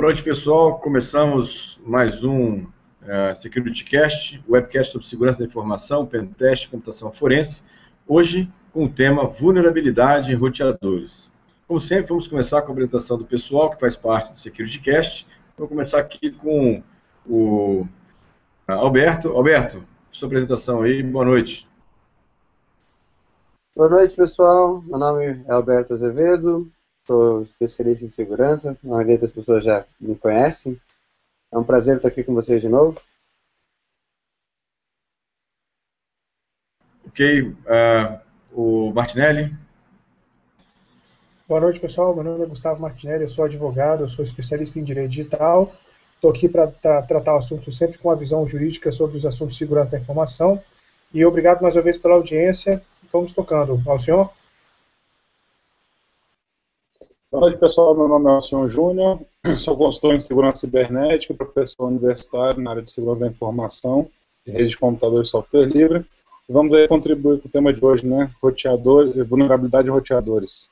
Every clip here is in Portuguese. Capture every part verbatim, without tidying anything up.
Boa noite, pessoal. Começamos mais um uh, SecurityCast, webcast sobre segurança da informação, pentest, computação forense. Hoje, com o tema vulnerabilidade em roteadores. Como sempre, vamos começar com a apresentação do pessoal que faz parte do SecurityCast. Vou começar aqui com o uh, Alberto. Alberto, sua apresentação aí, boa noite. Boa noite, pessoal. Meu nome é Alberto Azevedo. Sou especialista em segurança, a maioria das pessoas já me conhecem. É um prazer estar aqui com vocês de novo. Ok, uh, o Martinelli. Boa noite, pessoal. Meu nome é Gustavo Martinelli, eu sou advogado, eu sou especialista em direito digital. Estou aqui para tra tratar o assunto sempre com uma visão jurídica sobre os assuntos de segurança da informação. E obrigado mais uma vez pela audiência. Vamos tocando. Ao senhor? Boa noite, pessoal. Meu nome é Alcion Júnior, sou consultor em segurança cibernética e professor universitário na área de segurança da informação, de rede de computador e software livre. E vamos aí contribuir com o tema de hoje, né? Roteador, vulnerabilidade de roteadores.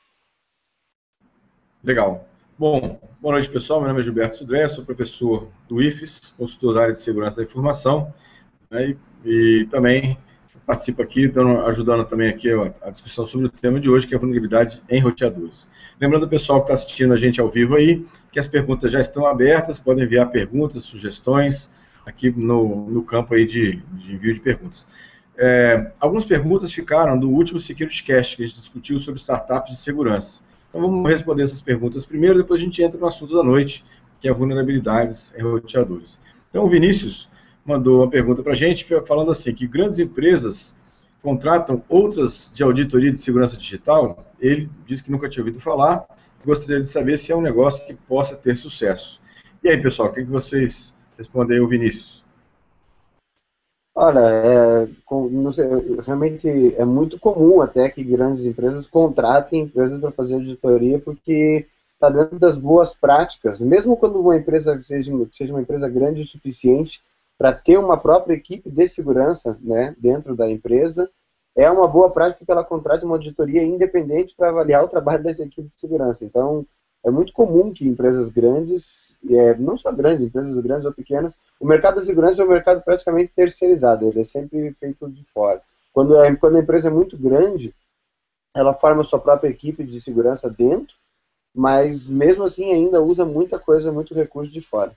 Legal. Bom, boa noite, pessoal. Meu nome é Gilberto Sudré, sou professor do I F E S, consultor da área de segurança da informação, né, e, e também participo aqui, dando, ajudando também aqui a, a discussão sobre o tema de hoje, que é a vulnerabilidade em roteadores. Lembrando o pessoal que está assistindo a gente ao vivo aí, que as perguntas já estão abertas, podem enviar perguntas, sugestões, aqui no, no campo aí de, de envio de perguntas. É, algumas perguntas ficaram do último SecurityCast, que a gente discutiu sobre startups de segurança. Então vamos responder essas perguntas primeiro, depois a gente entra no assunto da noite, que é vulnerabilidades em roteadores. Então o Vinícius mandou uma pergunta para a gente, falando assim, que grandes empresas contratam outras de auditoria de segurança digital. Ele disse que nunca tinha ouvido falar, gostaria de saber se é um negócio que possa ter sucesso. E aí, pessoal, o que vocês respondem ao Vinícius? Olha, é, com, não sei, realmente é muito comum até que grandes empresas contratem empresas para fazer auditoria, porque está dentro das boas práticas, mesmo quando uma empresa seja, seja uma empresa grande o suficiente para ter uma própria equipe de segurança, né, dentro da empresa, é uma boa prática que ela contrate uma auditoria independente para avaliar o trabalho dessa equipe de segurança. Então, é muito comum que empresas grandes, é, não só grandes, empresas grandes ou pequenas, o mercado da segurança é um mercado praticamente terceirizado, ele é sempre feito de fora. Quando a, quando a empresa é muito grande, ela forma a sua própria equipe de segurança dentro, mas mesmo assim ainda usa muita coisa, muito recurso de fora.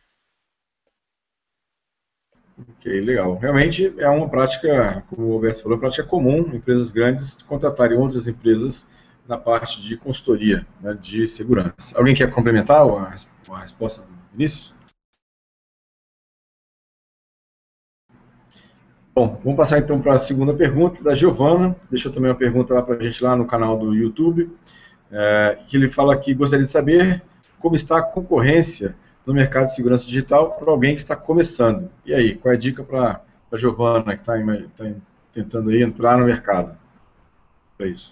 Ok, legal. Realmente é uma prática, como o Alberto falou, prática comum, empresas grandes contratarem outras empresas na parte de consultoria, né, de segurança. Alguém quer complementar a, a resposta do Vinícius? Bom, vamos passar então para a segunda pergunta da Giovana. Deixou também uma pergunta lá para a gente lá no canal do YouTube, é, que ele fala que gostaria de saber como está a concorrência no mercado de segurança digital para alguém que está começando. E aí, qual é a dica para a Giovana, que está tá tentando aí entrar no mercado? Para isso.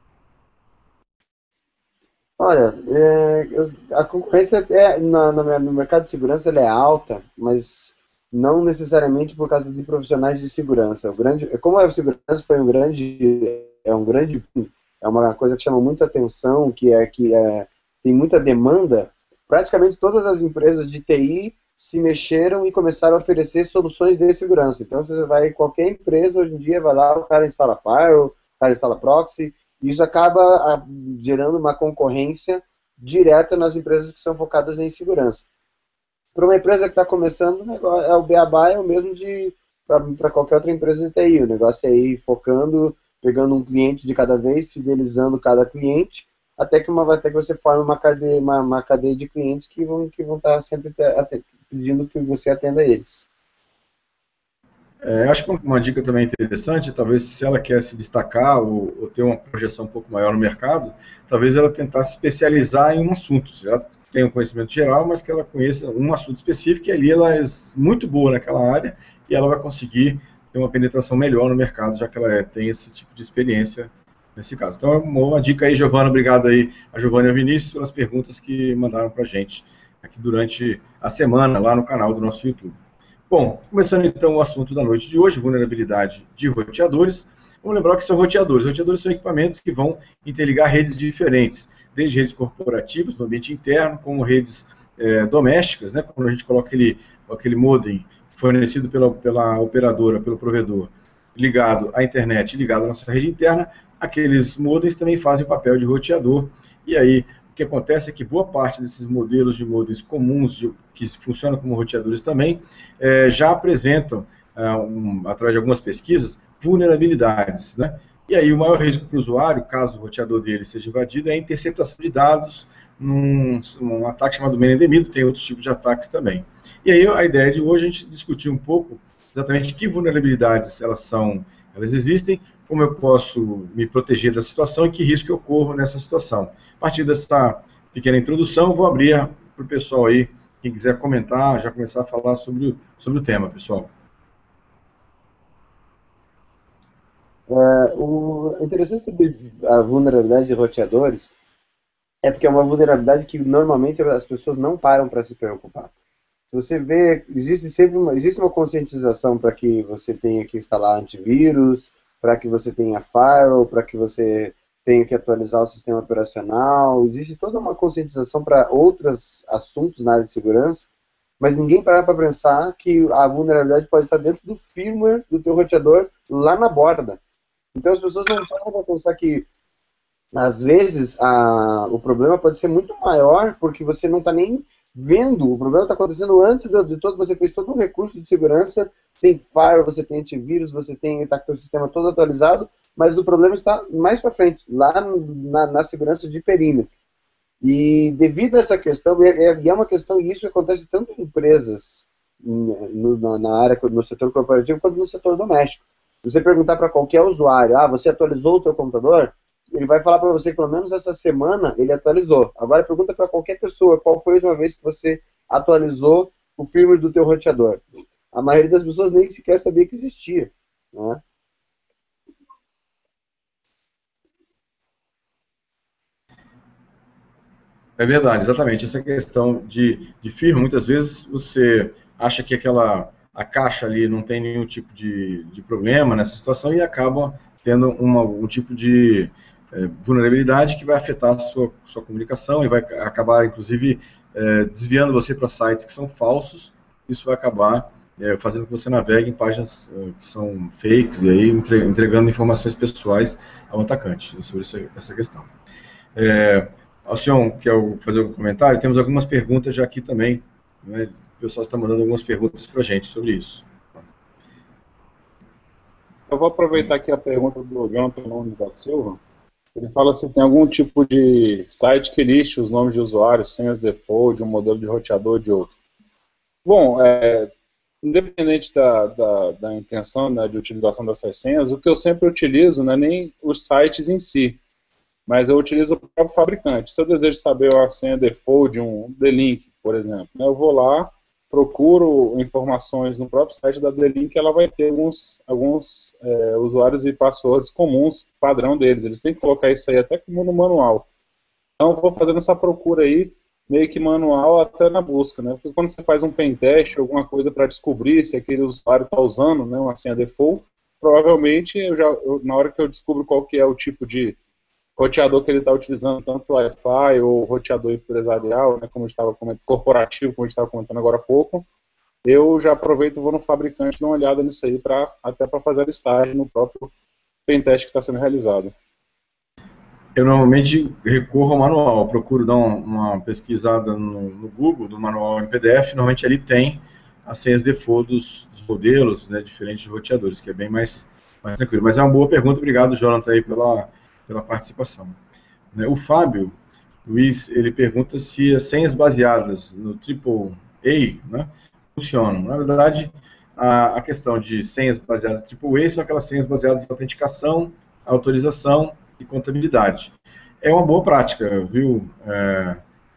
Olha, é, eu, a concorrência é, na, na, no mercado de segurança ela é alta, mas não necessariamente por causa de profissionais de segurança. O grande, como a segurança foi um grande, é um grande, é uma coisa que chama muita atenção, que é que é, tem muita demanda. Praticamente todas as empresas de T I se mexeram e começaram a oferecer soluções de segurança. Então você vai em qualquer empresa hoje em dia, vai lá, o cara instala firewall, o cara instala proxy. E isso acaba gerando uma concorrência direta nas empresas que são focadas em segurança. Para uma empresa que está começando, é o beabá é o mesmo de para qualquer outra empresa de T I. O negócio é ir focando, pegando um cliente de cada vez, fidelizando cada cliente, até que, uma, até que você forme uma cadeia, uma, uma cadeia de clientes que vão, que vão estar sempre pedindo que você atenda eles. É, acho que uma dica também interessante, talvez se ela quer se destacar ou, ou ter uma projeção um pouco maior no mercado, talvez ela tentar se especializar em um assunto. Ela tem um conhecimento geral, mas que ela conheça um assunto específico e ali ela é muito boa naquela área e ela vai conseguir ter uma penetração melhor no mercado, já que ela é, tem esse tipo de experiência nesse caso. Então, uma, uma dica aí, Giovana, obrigado aí a Giovana e a Vinícius pelas perguntas que mandaram para a gente aqui durante a semana lá no canal do nosso YouTube. Bom, começando então o assunto da noite de hoje, vulnerabilidade de roteadores. Vamos lembrar o que são roteadores. Roteadores são equipamentos que vão interligar redes diferentes, desde redes corporativas no ambiente interno, como redes é, domésticas, né, quando a gente coloca aquele, aquele modem fornecido pela, pela operadora, pelo provedor, ligado à internet, ligado à nossa rede interna, aqueles modems também fazem o papel de roteador, e aí o que acontece é que boa parte desses modelos de modems comuns, de, que funcionam como roteadores também, é, já apresentam, é, um, através de algumas pesquisas, vulnerabilidades, né? E aí o maior risco para o usuário, caso o roteador dele seja invadido, é a interceptação de dados num, num ataque chamado man in the middle, tem outros tipos de ataques também. E aí a ideia de hoje é a gente discutir um pouco exatamente que vulnerabilidades elas são, elas existem, como eu posso me proteger da situação e que risco eu corro nessa situação. A partir dessa pequena introdução, eu vou abrir para o pessoal aí, quem quiser comentar, já começar a falar sobre, sobre o tema, pessoal. É, o interessante sobre a vulnerabilidade de roteadores é porque é uma vulnerabilidade que normalmente as pessoas não param para se preocupar. Se você vê, existe sempre uma, existe uma conscientização para que você tenha que instalar antivírus, para que você tenha firewall, para que você tenha que atualizar o sistema operacional, existe toda uma conscientização para outros assuntos na área de segurança, mas ninguém para para pensar que a vulnerabilidade pode estar dentro do firmware do teu roteador lá na borda. Então as pessoas não param para pensar que, às vezes, a, o problema pode ser muito maior porque você não está nem vendo, o problema está acontecendo antes de, de todo, você fez todo um recurso de segurança, tem firewall, você tem antivírus, você tem, está com o sistema todo atualizado, mas o problema está mais para frente, lá na, na segurança de perímetro. E devido a essa questão, e é, é uma questão, e isso acontece tanto em empresas, no, na, na área, no setor corporativo, quanto no setor doméstico. Se você perguntar para qualquer usuário, ah, você atualizou o teu computador? Ele vai falar para você que pelo menos essa semana ele atualizou. Agora pergunta para qualquer pessoa qual foi a última vez que você atualizou o firmware do teu roteador. A maioria das pessoas nem sequer sabia que existia, né? É verdade, exatamente. Essa questão de, de firmware, muitas vezes você acha que aquela, a caixa ali não tem nenhum tipo de, de problema nessa situação e acaba tendo uma, um tipo de é, vulnerabilidade que vai afetar a sua, sua comunicação e vai acabar, inclusive, é, desviando você para sites que são falsos. Isso vai acabar é, fazendo com que você navegue em páginas é, que são fakes e aí entre, entregando informações pessoais ao atacante sobre isso, essa questão. É, Alcion, quer fazer algum comentário? Temos algumas perguntas já aqui também, né? O pessoal está mandando algumas perguntas para a gente sobre isso. Eu vou aproveitar aqui a pergunta do Jonathan Nunes da Silva. Ele fala se tem algum tipo de site que liste os nomes de usuários, senhas default, de um modelo de roteador ou de outro. Bom, é, independente da, da, da intenção, né, de utilização dessas senhas, o que eu sempre utilizo não é nem os sites em si, mas eu utilizo o próprio fabricante. Se eu desejo saber a senha default de um D-Link, por exemplo, né, eu vou lá, procuro informações no próprio site da D-Link, ela vai ter alguns, alguns é, usuários e passwords comuns, padrão deles. Eles têm que colocar isso aí até como no manual. Então eu vou fazendo essa procura aí, meio que manual até na busca, né? Porque quando você faz um pen test, alguma coisa para descobrir se aquele usuário está usando, né, uma senha default, provavelmente eu já, eu, na hora que eu descubro qual que é o tipo de roteador que ele está utilizando, tanto Wi-Fi ou roteador empresarial, né, como estava comentando, corporativo, como a gente estava comentando agora há pouco, eu já aproveito e vou no fabricante dar uma olhada nisso aí, pra, até para fazer a listagem no próprio pentest que está sendo realizado. Eu normalmente recorro ao manual, procuro dar uma, uma pesquisada no, no Google, do manual em P D F, normalmente ali tem as senhas default dos, dos modelos, né, diferentes de roteadores, que é bem mais, mais tranquilo. Mas é uma boa pergunta, obrigado, Jonathan, aí, pela... pela participação. O Fábio Luiz, ele pergunta se as senhas baseadas no triplo A, né, funcionam. Na verdade, a, a questão de senhas baseadas no triplo A são aquelas senhas baseadas em autenticação, autorização e contabilidade. É uma boa prática, viu, é,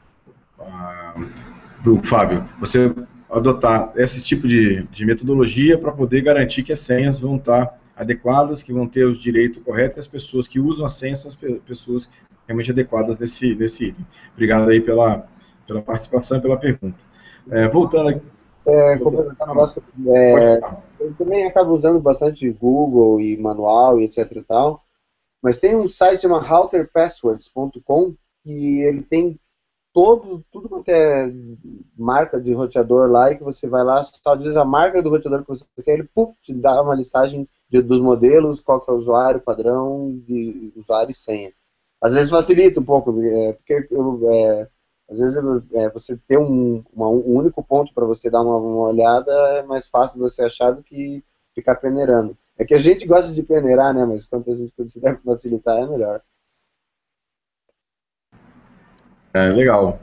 a, do Fábio, você adotar esse tipo de, de metodologia para poder garantir que as senhas vão estar adequadas, que vão ter os direitos corretos, e as pessoas que usam a senha são as pessoas realmente adequadas nesse, nesse item. Obrigado aí pela, pela participação e pela pergunta. É, voltando aqui... É, complementar um negócio, é, eu também acabo usando bastante Google e manual e etc e tal, mas tem um site chamado router passwords ponto com e ele tem todo, tudo quanto é marca de roteador lá, e que você vai lá, só diz a marca do roteador que você quer, ele puff, te dá uma listagem de, dos modelos, qual que é o usuário, padrão, de usuário e senha. Às vezes facilita um pouco, é, porque é, às vezes é, você ter um, uma, um único ponto para você dar uma, uma olhada é mais fácil de você achar do que ficar peneirando. É que a gente gosta de peneirar, né, mas quanto a gente considera facilitar é melhor. É, legal.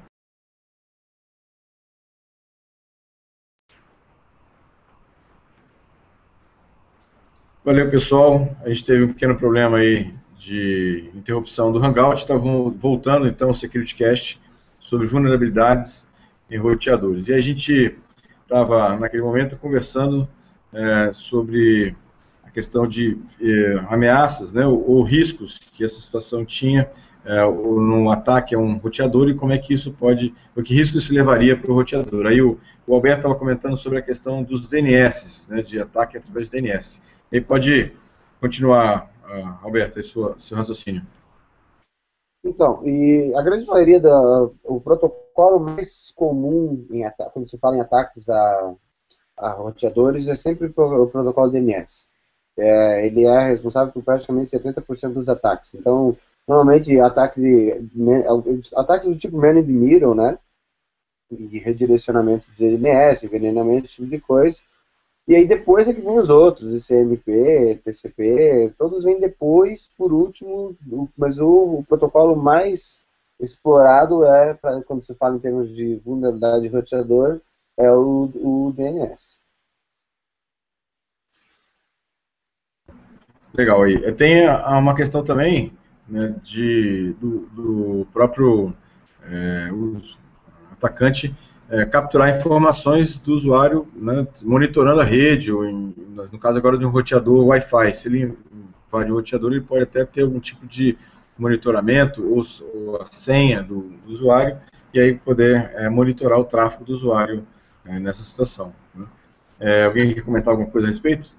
Valeu, pessoal. A gente teve um pequeno problema aí de interrupção do Hangout. Estavam voltando, então, o SecurityCast sobre vulnerabilidades em roteadores. E a gente estava, naquele momento, conversando é, sobre a questão de é, ameaças, né, ou, ou riscos que essa situação tinha é, no ataque a um roteador e como é que isso pode, o que risco isso levaria para o roteador. Aí o, o Alberto estava comentando sobre a questão dos D N S, né, de ataque através de D N S. E pode continuar, uh, Alberto, aí sua, seu raciocínio. Então, e a grande maioria do o protocolo mais comum em quando se fala em ataques a, a roteadores é sempre o protocolo D N S. É, ele é responsável por praticamente setenta por cento dos ataques. Então, normalmente, ataques ataque do tipo man in the middle, né? E redirecionamento de D N S, envenenamento, esse tipo de coisa. E aí depois é que vem os outros, I C M P, T C P, todos vêm depois, por último, mas o, o protocolo mais explorado é, pra, quando se fala em termos de vulnerabilidade de roteador, é o, o D N S. Legal, aí. Tem uma questão também, né, de, do, do próprio é, o atacante é, capturar informações do usuário, né, monitorando a rede, ou em, no caso agora de um roteador Wi-Fi. Se ele invade o roteador, ele pode até ter algum tipo de monitoramento ou, ou a senha do, do usuário, e aí poder é, monitorar o tráfego do usuário é, nessa situação. Né? É, alguém quer comentar alguma coisa a respeito?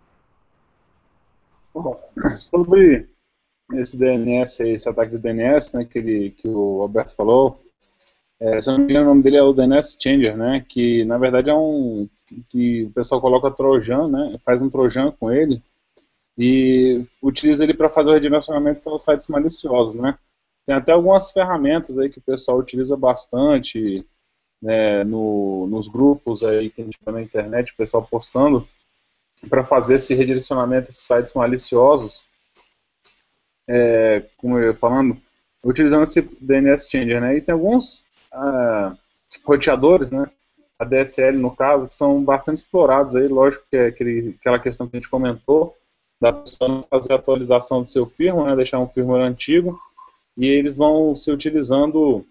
Bom, sobre esse D N S, esse ataque de D N S, né, que, ele, que o Alberto falou, é, se eu não me engano, o nome dele é o D N S Changer, né, que na verdade é um, que o pessoal coloca trojan, né, faz um trojan com ele e utiliza ele para fazer o redirecionamento pelos sites maliciosos, né. Tem até algumas ferramentas aí que o pessoal utiliza bastante, né, no, nos grupos aí que a gente vê na internet, o pessoal postando, para fazer esse redirecionamento desses sites maliciosos, é, como eu ia falando, utilizando esse D N S Changer, né, e tem alguns ah, roteadores, né, a D S L no caso, que são bastante explorados aí, lógico que é aquele, aquela questão que a gente comentou, da pessoa fazer a atualização do seu firmware, né, deixar um firmware antigo, e eles vão se utilizando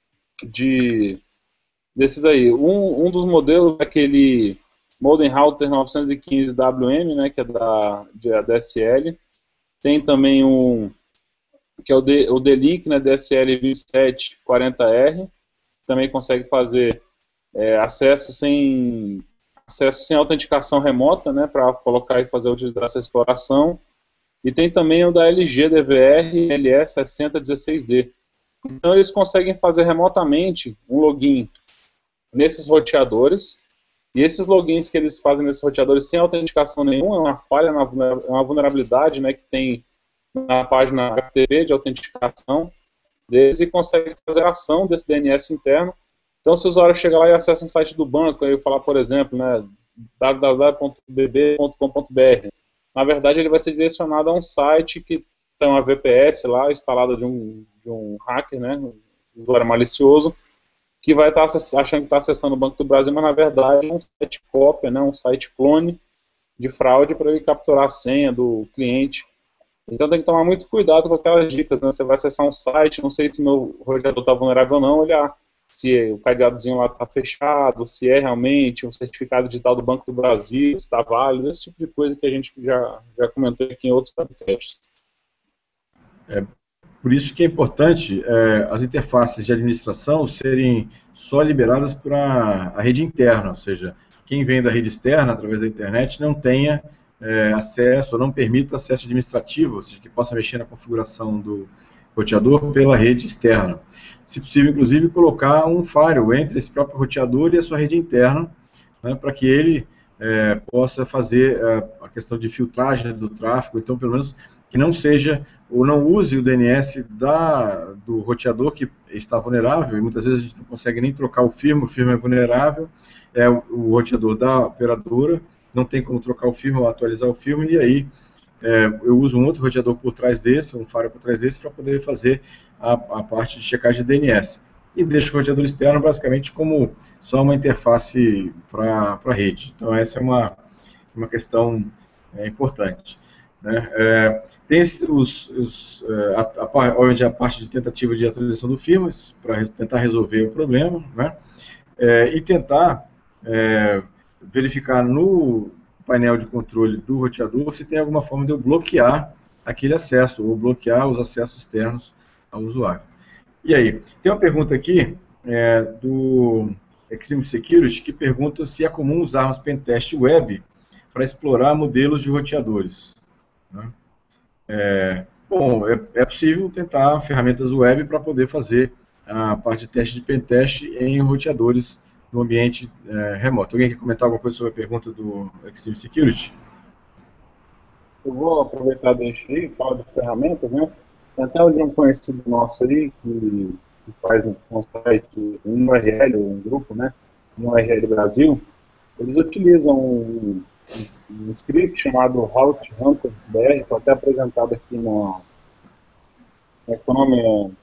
de desses aí. Um, um dos modelos é aquele Modem Router novecentos e quinze W M, né, que é da de, a D S L. Tem também um, que é o, D, o D L I C, né, D S L vinte e sete quarenta R, também consegue fazer é, acesso sem acesso sem autenticação remota, né, para colocar e fazer utilizar essa exploração. E tem também o da L G D V R L E sessenta dezesseis D. Então eles conseguem fazer remotamente um login nesses roteadores. E esses logins que eles fazem nesses roteadores sem autenticação nenhuma, é uma falha, é uma vulnerabilidade, né, que tem na página H T T P de autenticação deles e consegue fazer ação desse D N S interno. Então, se o usuário chegar lá e acessa um site do banco, aí eu falar, por exemplo, né, w w w ponto b b ponto com ponto b r, na verdade ele vai ser direcionado a um site que tem uma V P S lá, instalada de um, de um hacker, né, um usuário malicioso, que vai estar achando que está acessando o Banco do Brasil, mas na verdade é um site cópia, né, um site clone de fraude para ele capturar a senha do cliente. Então tem que tomar muito cuidado com aquelas dicas, né? Você vai acessar um site, não sei se meu roteador está vulnerável ou não, olhar se o cadeadozinho lá está fechado, se é realmente um certificado digital do Banco do Brasil, se está válido, esse tipo de coisa que a gente já, já comentou aqui em outros podcasts. É. Por isso que é importante é, as interfaces de administração serem só liberadas para a rede interna, ou seja, quem vem da rede externa, através da internet, não tenha é, acesso, ou não permita acesso administrativo, ou seja, que possa mexer na configuração do, roteador pela rede externa. Se possível, inclusive, colocar um firewall entre esse próprio roteador e a sua rede interna, né, para que ele é, possa fazer a, a questão de filtragem do tráfego, então, pelo menos, que não seja, ou não use o D N S da, do roteador que está vulnerável, e muitas vezes a gente não consegue nem trocar o firmware, o firmware é vulnerável, é o, o roteador da operadora, não tem como trocar o firmware ou atualizar o firmware, e aí é, eu uso um outro roteador por trás desse, um firewall por trás desse, para poder fazer a, a parte de checagem de D N S. E deixo o roteador externo basicamente como só uma interface para a rede. Então essa é uma, uma questão é, importante. Né? É, tem os, os, a, a, onde a parte de tentativa de atualização do firmware, para tentar resolver o problema, né? É, e tentar é, verificar no painel de controle do roteador se tem alguma forma de eu bloquear aquele acesso, ou bloquear os acessos externos ao usuário. E aí, tem uma pergunta aqui é, do Extreme Security que pergunta se é comum usarmos pentest web para explorar modelos de roteadores. Né? É, bom, é, é possível tentar ferramentas web para poder fazer a parte de teste de pentest em roteadores no ambiente é, remoto. Alguém quer comentar alguma coisa sobre a pergunta do Extreme Security? Eu vou aproveitar deixa aí, falar de ferramentas, né? Tem até um conhecido nosso aí que, que faz um site, um U R L, um grupo, né? Um U R L Brasil. Eles utilizam um, um, um script chamado Route Hunter B R, foi até apresentado aqui no... Como é que foi o nome?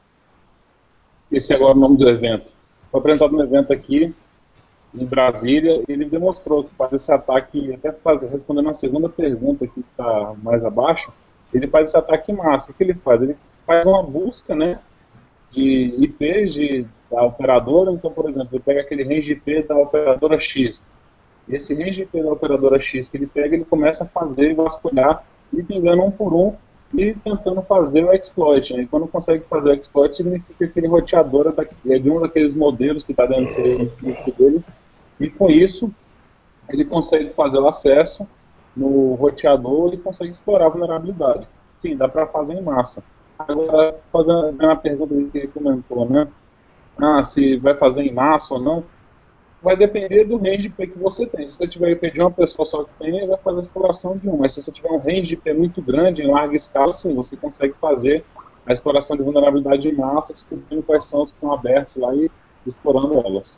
Esse é agora o nome do evento. Foi apresentado no evento aqui em Brasília, e ele demonstrou que faz esse ataque, até faz, respondendo a segunda pergunta aqui que está mais abaixo, ele faz esse ataque em massa. O que ele faz? Ele faz uma busca, né, de I Ps de, da operadora. Então, por exemplo, ele pega aquele range I P da operadora X. E esse range I P da operadora X que ele pega, ele começa a fazer, vasculhar, e pingando um por um, e tentando fazer o exploit. Né? E quando consegue fazer o exploit, significa que aquele roteador é de um daqueles modelos que está dentro do dele, e com isso ele consegue fazer o acesso no roteador e consegue explorar a vulnerabilidade. Sim, dá para fazer em massa. Agora, fazendo a pergunta que ele comentou, né? Ah, se vai fazer em massa ou não, vai depender do range I P que você tem. Se você tiver I P de uma pessoa só que tem, ele vai fazer a exploração de um. Mas se você tiver um range I P muito grande, em larga escala, sim, você consegue fazer a exploração de vulnerabilidade em massa, descobrindo quais são os que estão abertos lá e explorando elas.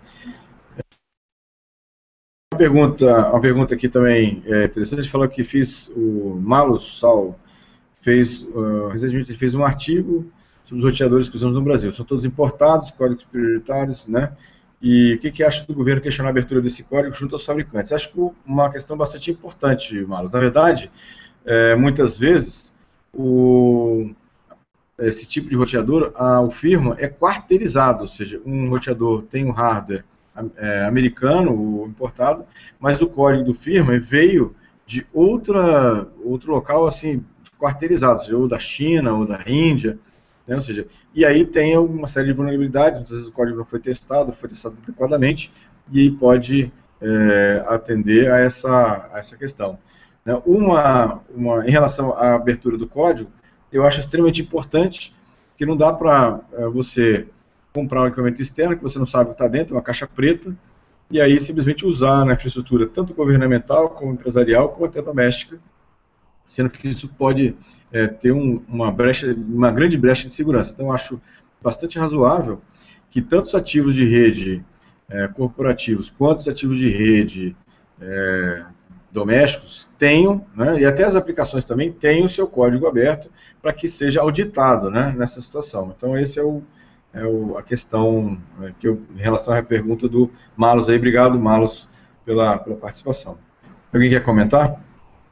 Uma pergunta, uma pergunta aqui também é interessante, falou que fiz o Malus Sal, fez, uh, recentemente ele fez um artigo sobre os roteadores que usamos no Brasil. São todos importados, códigos prioritários, né? E o que, que acha do governo questionar a abertura desse código junto aos fabricantes? Acho que uma questão bastante importante, Malus. Na verdade, é, muitas vezes, o, esse tipo de roteador, a, o firmware é quarteirizado, ou seja, um roteador tem um hardware é, americano, ou importado, mas o código do firmware veio de outra, outro local, assim, quarteirizado, seja, ou da China, ou da Índia, né, ou seja, e aí tem uma série de vulnerabilidades, muitas vezes o código não foi testado, foi testado adequadamente, e pode é, atender a essa, a essa questão. Né. Uma, uma, em relação à abertura do código, eu acho extremamente importante que não dá para é, você comprar um equipamento externo que você não sabe o que está dentro, uma caixa preta, e aí simplesmente usar na infraestrutura tanto governamental, como empresarial, como até doméstica, sendo que isso pode é, ter um, uma, brecha, uma grande brecha de segurança. Então, eu acho bastante razoável que tanto os ativos de rede é, corporativos, quanto os ativos de rede é, domésticos tenham, né, e até as aplicações também, tenham o seu código aberto para que seja auditado, né, nessa situação. Então, esse é o É o, a questão é, que eu, em relação à pergunta do Malus aí. Obrigado, Malus, pela, pela participação. Alguém quer comentar?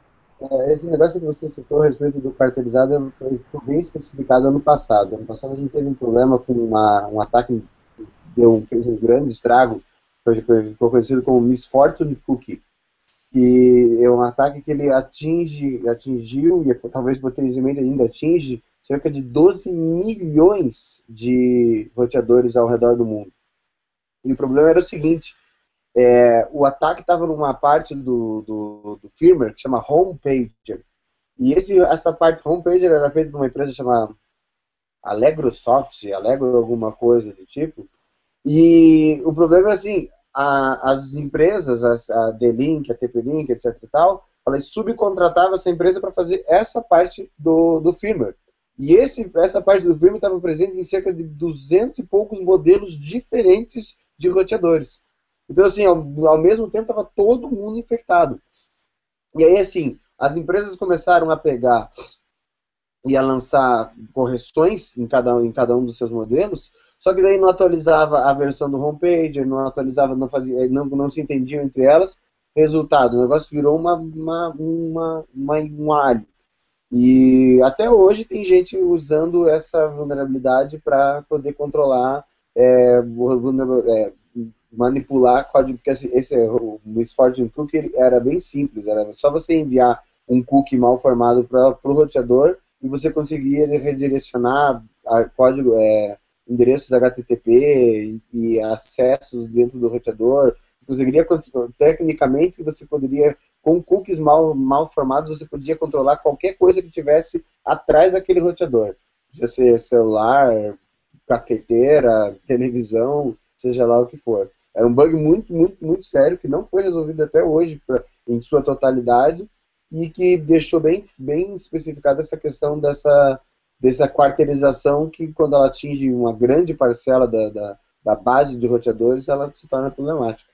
É, esse negócio que você citou a respeito do quarteirizado foi, ficou bem especificado ano passado. Ano passado a gente teve um problema com uma, um ataque que deu, fez um grande estrago, foi, ficou conhecido como Misfortune Cookie, que é um ataque que ele atinge, atingiu, e talvez potencialmente ainda atinge, cerca de doze milhões de roteadores ao redor do mundo. E o problema era o seguinte, é, o ataque estava numa parte do, do, do firmware que chama Homepager. E esse, essa parte Homepager era feita por uma empresa chamada Alegrosoft, Allegro alguma coisa do tipo, e o problema é assim, a, as empresas, a, a D-Link, a T P-Link, etc e tal, elas subcontratavam essa empresa para fazer essa parte do, do firmware. E esse, essa parte do firmware estava presente em cerca de duzentos e poucos modelos diferentes de roteadores. Então, assim, ao, ao mesmo tempo estava todo mundo infectado. E aí, assim, as empresas começaram a pegar e a lançar correções em cada, em cada um dos seus modelos, só que daí não atualizava a versão do homepage, não atualizava, não, fazia, não, não se entendiam entre elas. Resultado, o negócio virou uma, uma, uma, uma, um alho. E até hoje tem gente usando essa vulnerabilidade para poder controlar, é, é, manipular código, porque esse, esse o misfortune cookie era bem simples, era só você enviar um cookie mal formado para o roteador e você conseguia redirecionar a código, é, endereços H T T P e, e acessos dentro do roteador. Você conseguiria, tecnicamente, você poderia, com cookies mal, mal formados, você podia controlar qualquer coisa que tivesse atrás daquele roteador. Seja ser celular, cafeteira, televisão, seja lá o que for. Era um bug muito, muito, muito sério, que não foi resolvido até hoje pra, em sua totalidade, e que deixou bem, bem especificada essa questão dessa, dessa quarteirização, que quando ela atinge uma grande parcela da, da, da base de roteadores, ela se torna problemática.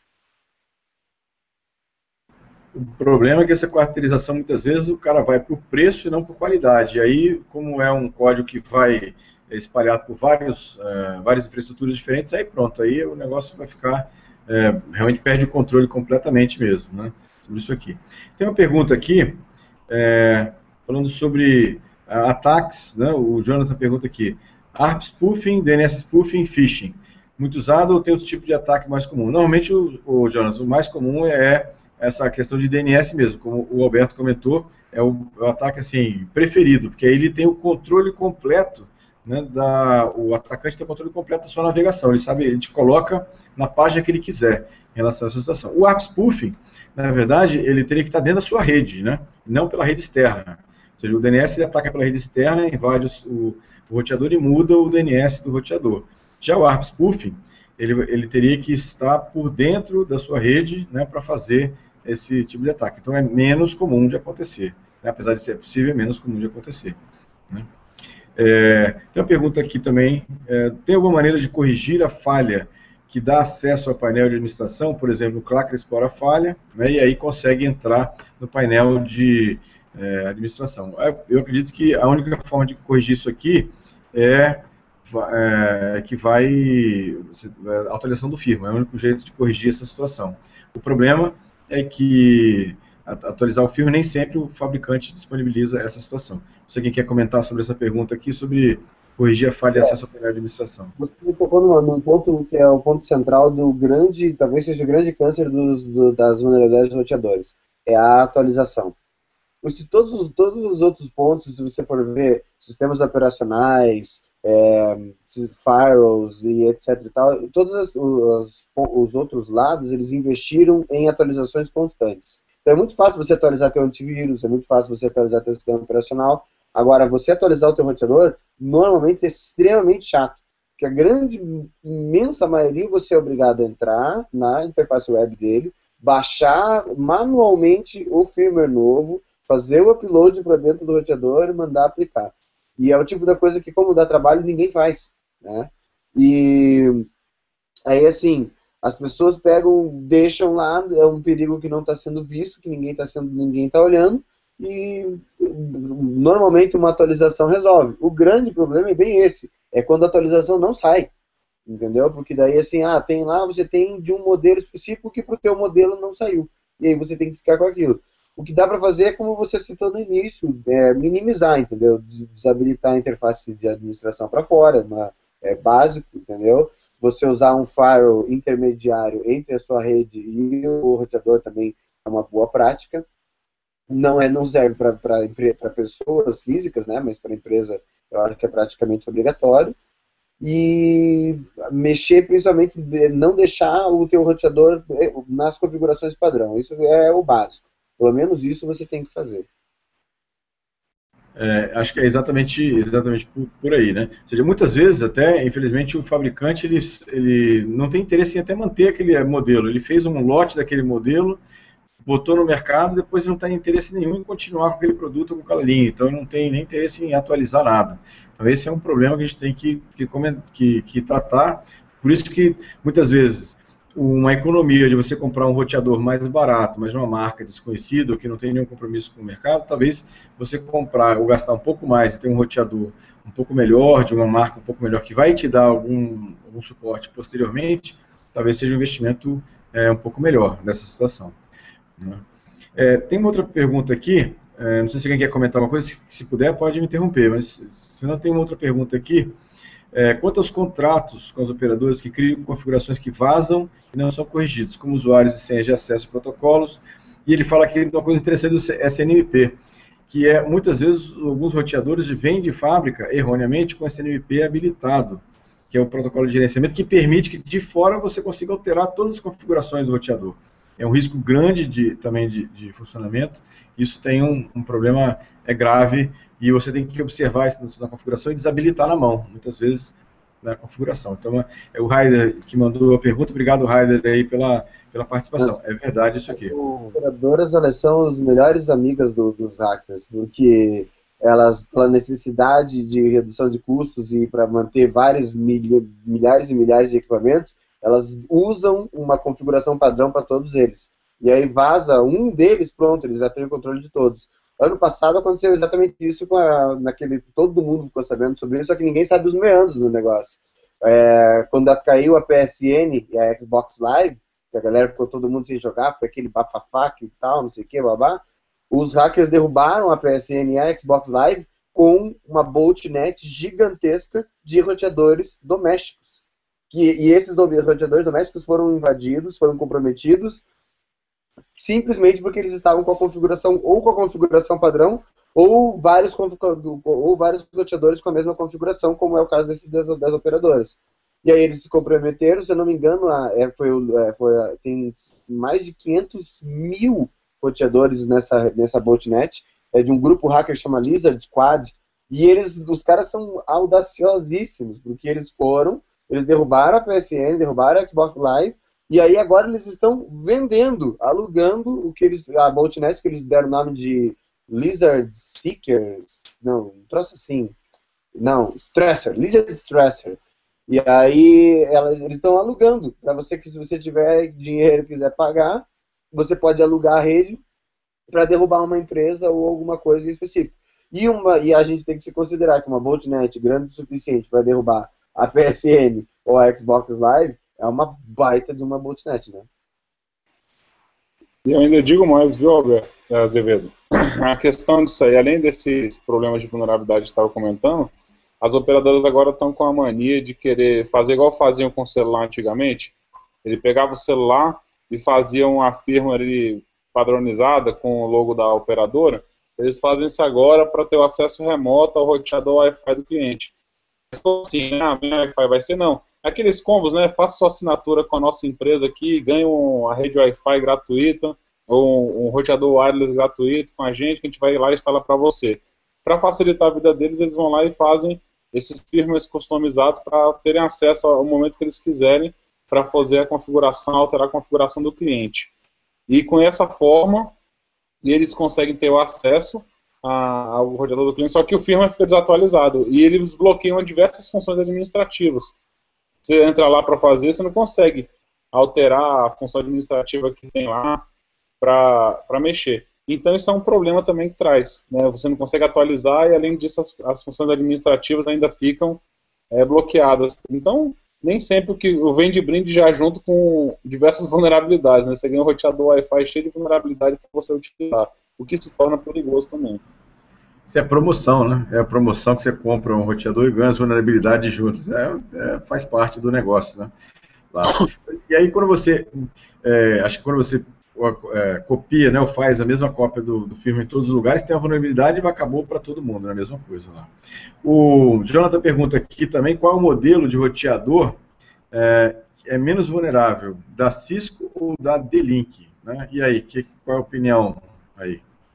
O problema é que essa quarteirização, muitas vezes, o cara vai por preço e não por qualidade. E aí, como é um código que vai espalhado por vários, uh, várias infraestruturas diferentes, aí pronto, aí o negócio vai ficar, uh, realmente perde o controle completamente mesmo, né, sobre isso aqui. Tem uma pergunta aqui, é, falando sobre uh, ataques, né, o Jonathan pergunta aqui, A R P spoofing, D N S spoofing, phishing, muito usado ou tem outro tipo de ataque mais comum? Normalmente, o, o Jonas, o mais comum é essa questão de D N S mesmo, como o Alberto comentou, é o, o ataque assim, preferido, porque aí ele tem o controle completo, né, da, o atacante tem o controle completo da sua navegação, ele sabe, ele te coloca na página que ele quiser em relação a essa situação. O A R P spoofing, na verdade, ele teria que estar dentro da sua rede, né, não pela rede externa. Ou seja, o D N S ele ataca pela rede externa, invade o, o roteador e muda o D N S do roteador. Já o A R P spoofing, ele, ele teria que estar por dentro da sua rede, né, para fazer esse tipo de ataque. Então é menos comum de acontecer, né? Apesar de ser possível, é menos comum de acontecer, né? É, tem uma pergunta aqui também, é, tem alguma maneira de corrigir a falha que dá acesso ao painel de administração, por exemplo, o Clacker explora a falha, né, e aí consegue entrar no painel de é, administração. Eu acredito que a única forma de corrigir isso aqui é, é que vai a atualização do firmware, é o único jeito de corrigir essa situação. O problema é que atualizar o firmware nem sempre o fabricante disponibiliza essa situação. Você quem quer comentar sobre essa pergunta aqui, sobre corrigir a falha de acesso ao painel de administração? Você tocou num, num ponto que é o ponto central do grande, talvez seja o grande câncer dos, do, das vulnerabilidades dos roteadores, é a atualização. Se todos, os, todos os outros pontos, se você for ver sistemas operacionais, é, firewalls e etc e tal, todos os, os, os outros lados, eles investiram em atualizações constantes. Então é muito fácil você atualizar teu antivírus, é muito fácil você atualizar teu sistema operacional. Agora, você atualizar o teu roteador, normalmente é extremamente chato, porque a grande, imensa maioria você é obrigado a entrar na interface web dele, baixar manualmente o firmware novo, fazer o upload para dentro do roteador e mandar aplicar. E é o tipo da coisa que, como dá trabalho, ninguém faz, né? E aí, assim, as pessoas pegam, deixam lá, é um perigo que não está sendo visto, que ninguém está sendo, ninguém está olhando, e normalmente uma atualização resolve. O grande problema é bem esse, é quando a atualização não sai, entendeu? Porque daí, assim, ah, tem lá, você tem de um modelo específico que para o teu modelo não saiu, e aí você tem que ficar com aquilo. O que dá para fazer é, como você citou no início, é minimizar, entendeu? Desabilitar a interface de administração para fora, uma, é básico, entendeu? Você usar um firewall intermediário entre a sua rede e o roteador também é uma boa prática. Não, é, não serve para pessoas físicas, né? Mas para empresa eu acho que é praticamente obrigatório. E mexer principalmente, não deixar o teu roteador nas configurações padrão. Isso é o básico. Pelo menos isso você tem que fazer. É, acho que é exatamente, exatamente por, por aí, né? Ou seja, muitas vezes até, infelizmente, o fabricante ele, ele não tem interesse em até manter aquele modelo. Ele fez um lote daquele modelo, botou no mercado, depois não tem interesse nenhum em continuar com aquele produto, com aquela linha. Então, não tem nem interesse em atualizar nada. Então, esse é um problema que a gente tem que, que, que, que tratar. Por isso que, muitas vezes, uma economia de você comprar um roteador mais barato, mas de uma marca desconhecida, que não tem nenhum compromisso com o mercado, talvez você comprar ou gastar um pouco mais e ter um roteador um pouco melhor, de uma marca um pouco melhor, que vai te dar algum, algum suporte posteriormente, talvez seja um investimento é, um pouco melhor nessa situação. Né? É, tem uma outra pergunta aqui, é, não sei se alguém quer comentar alguma coisa, se, se puder pode me interromper, mas se não tem uma outra pergunta aqui. É, quanto aos contratos com as operadoras que criam configurações que vazam e não são corrigidos, como usuários e senhas de acesso a protocolos, e ele fala aqui de uma coisa interessante do S N M P, que é, muitas vezes, alguns roteadores vêm de fábrica, erroneamente, com S N M P habilitado, que é o protocolo de gerenciamento que permite que de fora você consiga alterar todas as configurações do roteador. É um risco grande de, também de, de funcionamento, isso tem um, um problema é grave, e você tem que observar isso na configuração e desabilitar na mão, muitas vezes, na configuração. Então, é o Raider que mandou a pergunta. Obrigado, Raider, aí pela, pela participação. É verdade isso aqui. As operadoras, elas são as melhores amigas do, dos hackers, porque elas, pela necessidade de redução de custos e para manter vários mil, milhares e milhares de equipamentos, elas usam uma configuração padrão para todos eles. E aí vaza um deles, pronto, eles já têm o controle de todos. Ano passado aconteceu exatamente isso, com a, naquele, todo mundo ficou sabendo sobre isso, só que ninguém sabe os meandros do negócio. É, quando caiu a P S N e a Xbox Live, que a galera ficou todo mundo sem jogar, foi aquele bafafá e tal, não sei o que, babá, os hackers derrubaram a P S N e a Xbox Live com uma botnet gigantesca de roteadores domésticos. Que, e esses roteadores domésticos foram invadidos, foram comprometidos, simplesmente porque eles estavam com a configuração, ou com a configuração padrão, ou vários, ou vários roteadores com a mesma configuração, como é o caso desse, das, das operadoras. E aí eles se comprometeram, se eu não me engano, a, é, foi, é, foi, tem mais de quinhentos mil roteadores nessa, nessa botnet, é de um grupo hacker chamado Lizard Squad, e eles, os caras são audaciosíssimos, porque eles foram, eles derrubaram a P S N, derrubaram a Xbox Live, e aí agora eles estão vendendo, alugando o que eles, a botnet que eles deram o nome de Lizard Seekers, não, um troço assim, não, Stresser, Lizard Stresser. E aí elas, eles estão alugando, para você que se você tiver dinheiro e quiser pagar, você pode alugar a rede para derrubar uma empresa ou alguma coisa em específico. E, uma, e a gente tem que se considerar que uma botnet grande o suficiente para derrubar a P S N ou a Xbox Live é uma baita de uma botnet, né? E eu ainda digo mais, viu, Alberto, Azevedo? A questão disso aí, além desses problemas de vulnerabilidade que estava comentando, as operadoras agora estão com a mania de querer fazer igual faziam com o celular antigamente. Ele pegava o celular e fazia uma firma ali padronizada com o logo da operadora. Eles fazem isso agora para ter o acesso remoto ao roteador Wi-Fi do cliente. Assim, ah, minha Wi-Fi vai ser não. Aqueles combos, né? Faça sua assinatura com a nossa empresa aqui, ganhe uma rede Wi-Fi gratuita, ou um roteador wireless gratuito com a gente, que a gente vai lá e instala para você. Para facilitar a vida deles, eles vão lá e fazem esses firmwares customizados para terem acesso ao momento que eles quiserem para fazer a configuração, alterar a configuração do cliente. E com essa forma, eles conseguem ter o acesso ao roteador do cliente, só que o firmware fica desatualizado e eles bloqueiam diversas funções administrativas. Você entra lá para fazer, você não consegue alterar a função administrativa que tem lá para mexer. Então isso é um problema também que traz, né? Você não consegue atualizar e além disso as, as funções administrativas ainda ficam é, bloqueadas. Então nem sempre o que o vem de brinde já junto com diversas vulnerabilidades, né? Você ganha um roteador Wi-Fi cheio de vulnerabilidade para você utilizar, o que se torna perigoso também. Isso é promoção, né? É a promoção que você compra um roteador e ganha as vulnerabilidades juntas. É, é, faz parte do negócio, né? Lá. E aí quando você, é, acho que quando você é, copia, né, ou faz a mesma cópia do, do firmware em todos os lugares, tem a vulnerabilidade e acabou para todo mundo, é a mesma coisa lá. O Jonathan pergunta aqui também qual é o modelo de roteador é, é menos vulnerável, da Cisco ou da D-Link, né? E aí, que, qual é a opinião aí?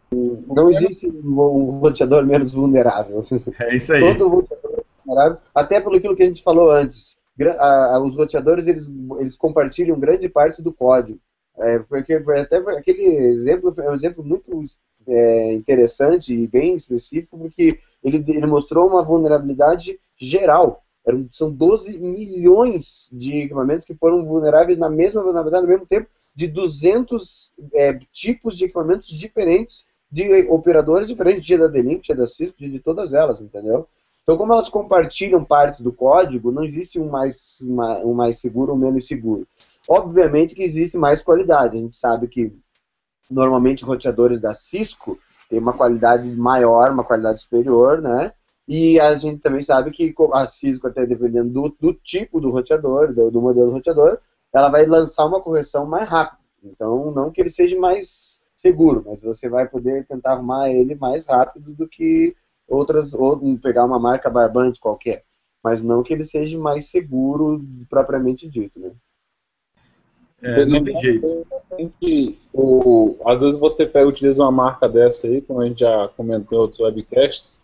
Não existe um roteador menos vulnerável. É isso aí. Todo roteador é vulnerável, até pelo aquilo que a gente falou antes. Os roteadores, eles, eles compartilham grande parte do código. É, porque foi até aquele exemplo é um exemplo muito é, interessante e bem específico, porque ele, ele mostrou uma vulnerabilidade geral. Eram, são doze milhões de equipamentos que foram vulneráveis na mesma vulnerabilidade, ao mesmo tempo, de duzentos é, tipos de equipamentos diferentes, de operadores diferentes, dia da D-Link, dia da Cisco, de todas elas, entendeu? Então, como elas compartilham partes do código, não existe um mais, uma, um mais seguro ou menos seguro. Obviamente que existe mais qualidade. A gente sabe que, normalmente, roteadores da Cisco têm uma qualidade maior, uma qualidade superior, né? E a gente também sabe que a Cisco, até dependendo do, do tipo do roteador, do, do modelo do roteador, ela vai lançar uma correção mais rápida. Então, não que ele seja mais seguro, mas você vai poder tentar arrumar ele mais rápido do que outras, ou pegar uma marca barbante qualquer, mas não que ele seja mais seguro propriamente dito, né? É, não tem jeito. Tem que, o, às vezes você pega, utiliza uma marca dessa aí, como a gente já comentou em outros webcasts,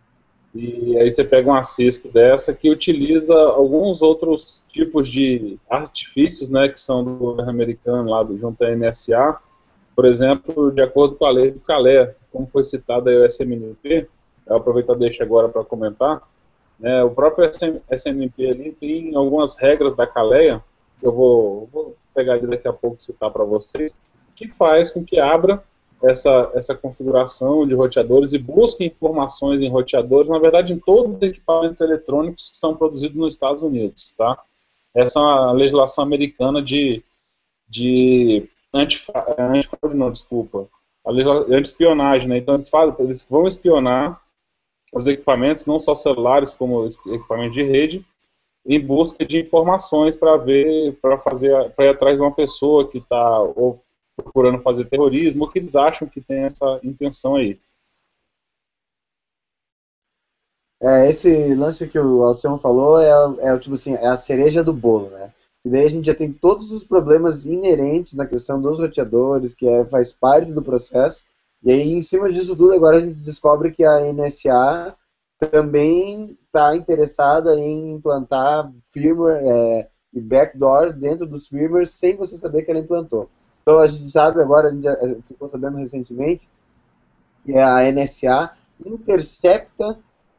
e aí você pega uma Cisco dessa que utiliza alguns outros tipos de artifícios, né, que são do governo americano, lá do, junto à N S A, por exemplo, de acordo com a lei do CALEA, como foi citado aí o S M N P, eu aproveito a deixa agora para comentar, né, o próprio S M N P ali tem algumas regras da CALEA, que eu vou, vou pegar ali daqui a pouco e citar para vocês, que faz com que abra essa, essa configuração de roteadores e busque informações em roteadores, na verdade em todos os equipamentos eletrônicos que são produzidos nos Estados Unidos, tá? Essa é uma legislação americana de, de anti-fraude, não, desculpa, anti-espionagem, né? Então eles, fazem, eles vão espionar os equipamentos, não só celulares, como equipamentos de rede, em busca de informações para ver, para fazer, para ir atrás de uma pessoa que está ou procurando fazer terrorismo, ou que eles acham que tem essa intenção aí. É, esse lance que o Alciano falou é, é, tipo assim, é a cereja do bolo, né? E daí a gente já tem todos os problemas inerentes na questão dos roteadores, que é, faz parte do processo, e aí em cima disso tudo agora a gente descobre que a N S A também está interessada em implantar firmware é, e backdoors dentro dos firmwares sem você saber que ela implantou. Então a gente sabe agora, a gente já ficou sabendo recentemente, que a N S A intercepta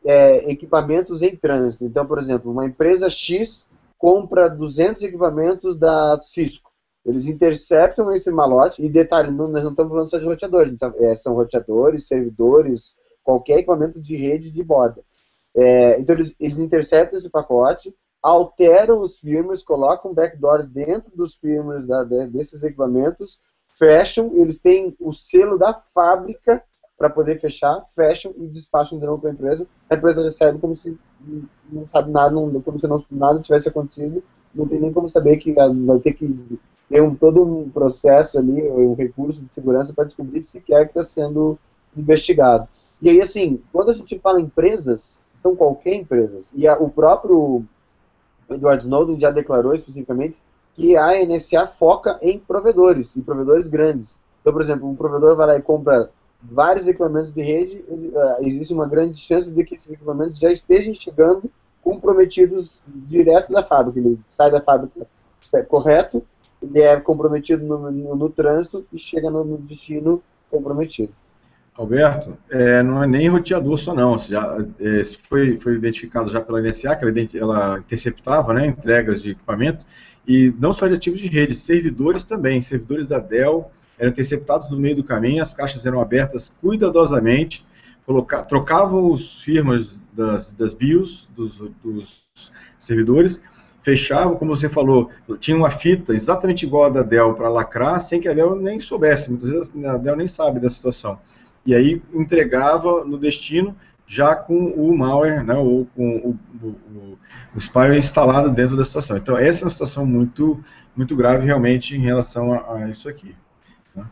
é, equipamentos em trânsito. Então, por exemplo, uma empresa X compra duzentos equipamentos da Cisco. Eles interceptam esse malote, e detalhe, não, nós não estamos falando só de roteadores, então, é, são roteadores, servidores, qualquer equipamento de rede de borda. É, então eles, eles interceptam esse pacote, alteram os firmwares, colocam backdoors dentro dos firmwares da, desses equipamentos, fecham, eles têm o selo da fábrica para poder fechar, fecham e despacham de novo para a empresa. A empresa recebe como se não sabe nada, não, como se não, nada tivesse acontecido, não tem nem como saber que vai ter que ter um, todo um processo ali, um recurso de segurança para descobrir se quer que está sendo investigado. E aí, assim, quando a gente fala em empresas, são qualquer empresas, e a, o próprio Edward Snowden já declarou especificamente que a N S A foca em provedores, em provedores grandes. Então, por exemplo, um provedor vai lá e compra vários equipamentos de rede, ele, uh, existe uma grande chance de que esses equipamentos já estejam chegando comprometidos direto da fábrica. Ele sai da fábrica correto, ele é comprometido no, no, no trânsito e chega no, no destino comprometido. Alberto, é, não é nem roteador só não, já, é, foi, foi identificado já pela N S A, que ela, ela interceptava, né, entregas de equipamento, e não só de ativos de rede, servidores também, servidores da Dell eram interceptados no meio do caminho, as caixas eram abertas cuidadosamente, coloca, trocavam os firmwares das, das BIOS, dos, dos servidores, fechavam, como você falou, tinha uma fita exatamente igual a da Dell para lacrar, sem que a Dell nem soubesse, muitas vezes a Dell nem sabe da situação. E aí entregava no destino já com o malware, né, ou com o, o, o spyware instalado dentro da situação. Então essa é uma situação muito, muito grave realmente em relação a, a isso aqui. Né?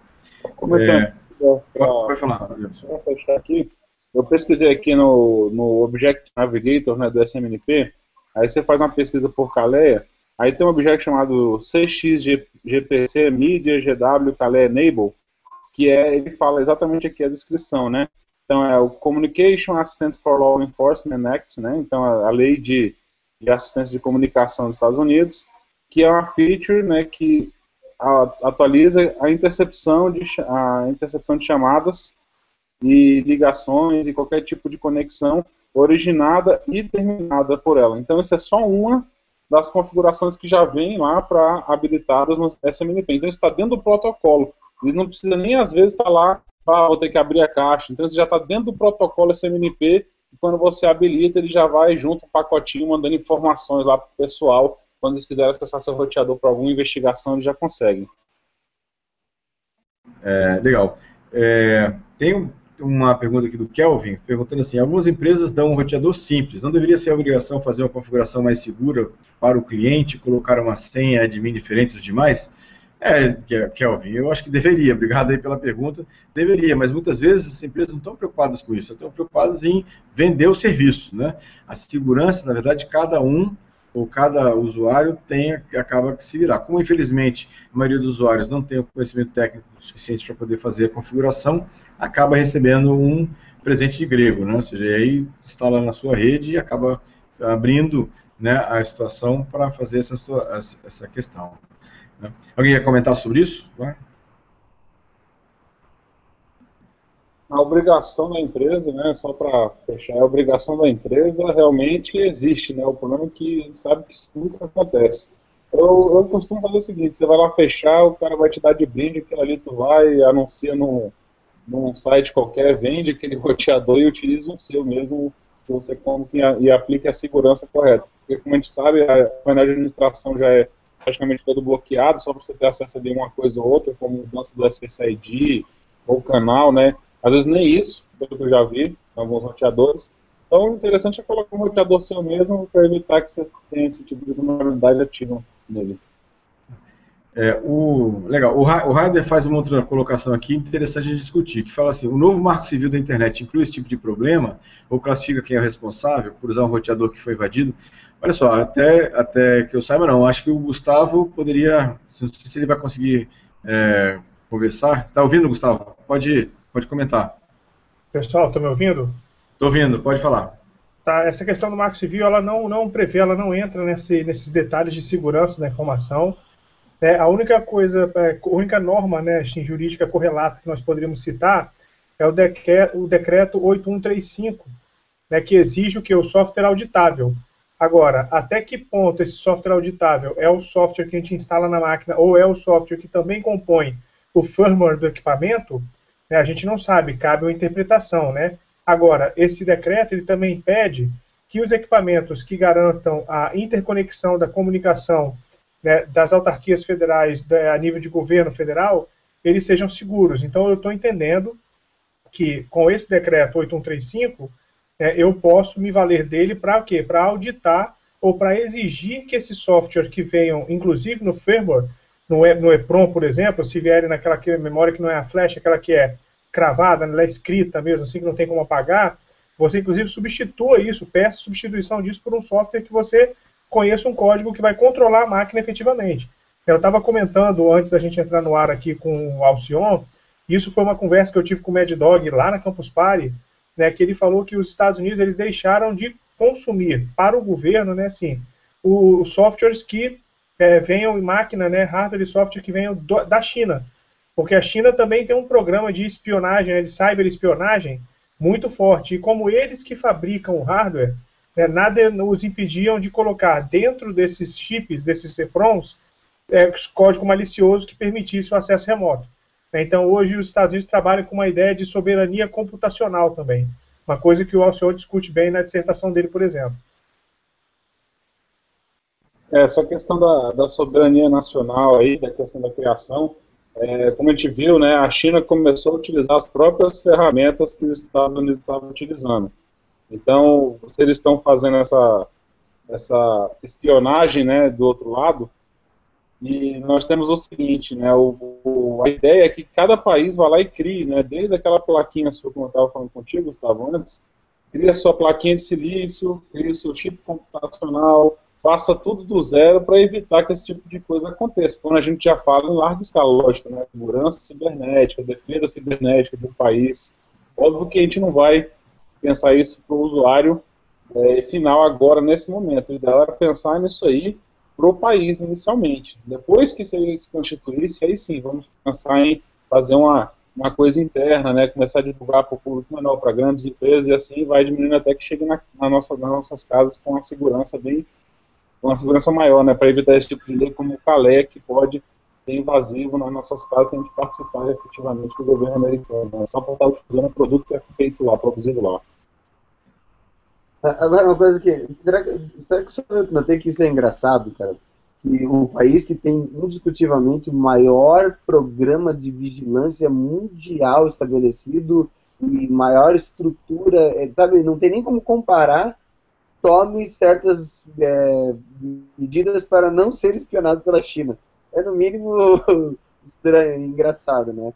É, pode falar. Vou fechar aqui. Eu pesquisei aqui no, no Object Navigator, né, do S M N P, aí você faz uma pesquisa por CALEA, aí tem um objeto chamado C X G P C Media G W CALEA Enable, que é, ele fala exatamente aqui a descrição, né? Então é o Communication Assistance for Law Enforcement Act, né? Então a, a lei de, de assistência de comunicação dos Estados Unidos, que é uma feature, né, que a, atualiza a intercepção, de, a intercepção de chamadas e ligações e qualquer tipo de conexão originada e terminada por ela. Então isso é só uma das configurações que já vem lá para habilitadas no S M N P. Então isso está dentro do protocolo. Ele não precisa nem às vezes estar tá lá, ah, vou ter que abrir a caixa. Então isso já está dentro do protocolo S M N P e quando você habilita ele já vai junto um pacotinho mandando informações lá para o pessoal. Quando eles quiserem acessar seu roteador para alguma investigação, eles já conseguem. É, legal. É, tem um, uma pergunta aqui do Kelvin, perguntando assim, algumas empresas dão um roteador simples, não deveria ser a obrigação fazer uma configuração mais segura para o cliente, colocar uma senha admin diferente dos demais? É, Kelvin, eu acho que deveria, obrigado aí pela pergunta, deveria, mas muitas vezes as empresas não estão preocupadas com isso, estão preocupadas em vender o serviço, né? A segurança, na verdade, cada um ou cada usuário tem, acaba que se virar. Como, infelizmente, a maioria dos usuários não tem o conhecimento técnico suficiente para poder fazer a configuração, acaba recebendo um presente de grego, né? Ou seja, aí instala na sua rede e acaba abrindo, né, a situação para fazer essa, essa questão. Né? Alguém quer comentar sobre isso? Vai. A obrigação da empresa, né, só para fechar, a obrigação da empresa realmente existe, né, o problema é que a gente sabe que isso nunca acontece. Eu, eu costumo fazer o seguinte, você vai lá fechar, o cara vai te dar de brinde, aquilo ali tu vai, anuncia num, num site qualquer, vende aquele roteador e utiliza o seu mesmo, que você compre e aplique a segurança correta. Porque como a gente sabe, a painel de administração já é praticamente todo bloqueado, só para você ter acesso a uma coisa ou outra, como mudança do S S I D, ou canal, né, às vezes nem isso, pelo que eu já vi, em alguns roteadores. Então, o interessante é colocar um roteador seu mesmo para evitar que você tenha esse tipo de vulnerabilidade ativa nele. É, o, legal, o, o Raider faz uma outra colocação aqui interessante de discutir, que fala assim, o novo Marco Civil da Internet inclui esse tipo de problema, ou classifica quem é o responsável por usar um roteador que foi invadido? Olha só, até, até que eu saiba não, acho que o Gustavo poderia, não sei se ele vai conseguir é, conversar. Está ouvindo, Gustavo? Pode ir. Pode comentar. Pessoal, estão me ouvindo? Estou ouvindo, pode falar. Tá, essa questão do Marco Civil, ela não, não prevê, ela não entra nesse, nesses detalhes de segurança da informação. É, a única coisa, a única norma, né, assim, jurídica correlata que nós poderíamos citar é o, decre, o decreto oito mil cento e trinta e cinco, né, que exige o que? O software auditável. Agora, até que ponto esse software auditável é o software que a gente instala na máquina ou é o software que também compõe o firmware do equipamento, a gente não sabe, cabe uma interpretação, né? Agora, esse decreto ele também pede que os equipamentos que garantam a interconexão da comunicação, né, das autarquias federais da, a nível de governo federal, eles sejam seguros. Então, eu estou entendendo que com esse decreto oito mil cento e trinta e cinco, né, eu posso me valer dele para o quê? Para auditar ou para exigir que esses softwares que venham, inclusive no firmware, No, no EPROM, por exemplo, se vierem naquela que, memória que não é a flash, aquela que é cravada, ela é escrita mesmo, assim que não tem como apagar, você inclusive substitua isso, peça substituição disso por um software que você conheça um código que vai controlar a máquina efetivamente. Eu estava comentando antes da gente entrar no ar aqui com o Alcion, isso foi uma conversa que eu tive com o Mad Dog lá na Campus Party, né, que ele falou que os Estados Unidos eles deixaram de consumir para o governo, né, assim, os softwares que É, venham em máquina, né, hardware e software que venham do, da China. Porque a China também tem um programa de espionagem, né, de cyberespionagem, muito forte. E como eles que fabricam o hardware, né, nada os impediam de colocar dentro desses chips, desses EPROMs, é, código malicioso que permitisse o acesso remoto. Então, hoje, os Estados Unidos trabalham com uma ideia de soberania computacional também. Uma coisa que o Alcion discute bem na dissertação dele, por exemplo. Essa questão da, da soberania nacional aí, da questão da criação, é, como a gente viu, né, a China começou a utilizar as próprias ferramentas que os Estados Unidos estavam utilizando. Então, se eles estão fazendo essa, essa espionagem, né, do outro lado, e nós temos o seguinte, né, o, o, a ideia é que cada país vá lá e crie, né, desde aquela plaquinha sua, como eu estava falando contigo, Gustavo, antes, cria sua plaquinha de silício, cria o seu chip computacional, faça tudo do zero para evitar que esse tipo de coisa aconteça. Quando a gente já fala em larga escala, lógico, né? Segurança cibernética, defesa cibernética do país. Óbvio que a gente não vai pensar isso para o usuário é, final agora, nesse momento. O ideal era pensar nisso aí para o país inicialmente. Depois que isso aí se constituísse, aí sim, vamos pensar em fazer uma, uma coisa interna, né? Começar a divulgar para o público menor, para grandes empresas, e assim vai diminuindo até que chegue na, na nossa, nas nossas casas com uma segurança bem uma segurança maior, né, para evitar esse tipo de lei como o Calé, que pode ser invasivo nas nossas casas se a gente participar efetivamente do governo americano, né, só para estar utilizando o produto que é feito lá, produzido lá. Agora, uma coisa que, será que, será que você notei que isso é engraçado, cara? Que um país que tem indiscutivelmente o maior programa de vigilância mundial estabelecido e maior estrutura, sabe, não tem nem como comparar, tome certas é, medidas para não ser espionado pela China. É, no mínimo, estranho, engraçado, né?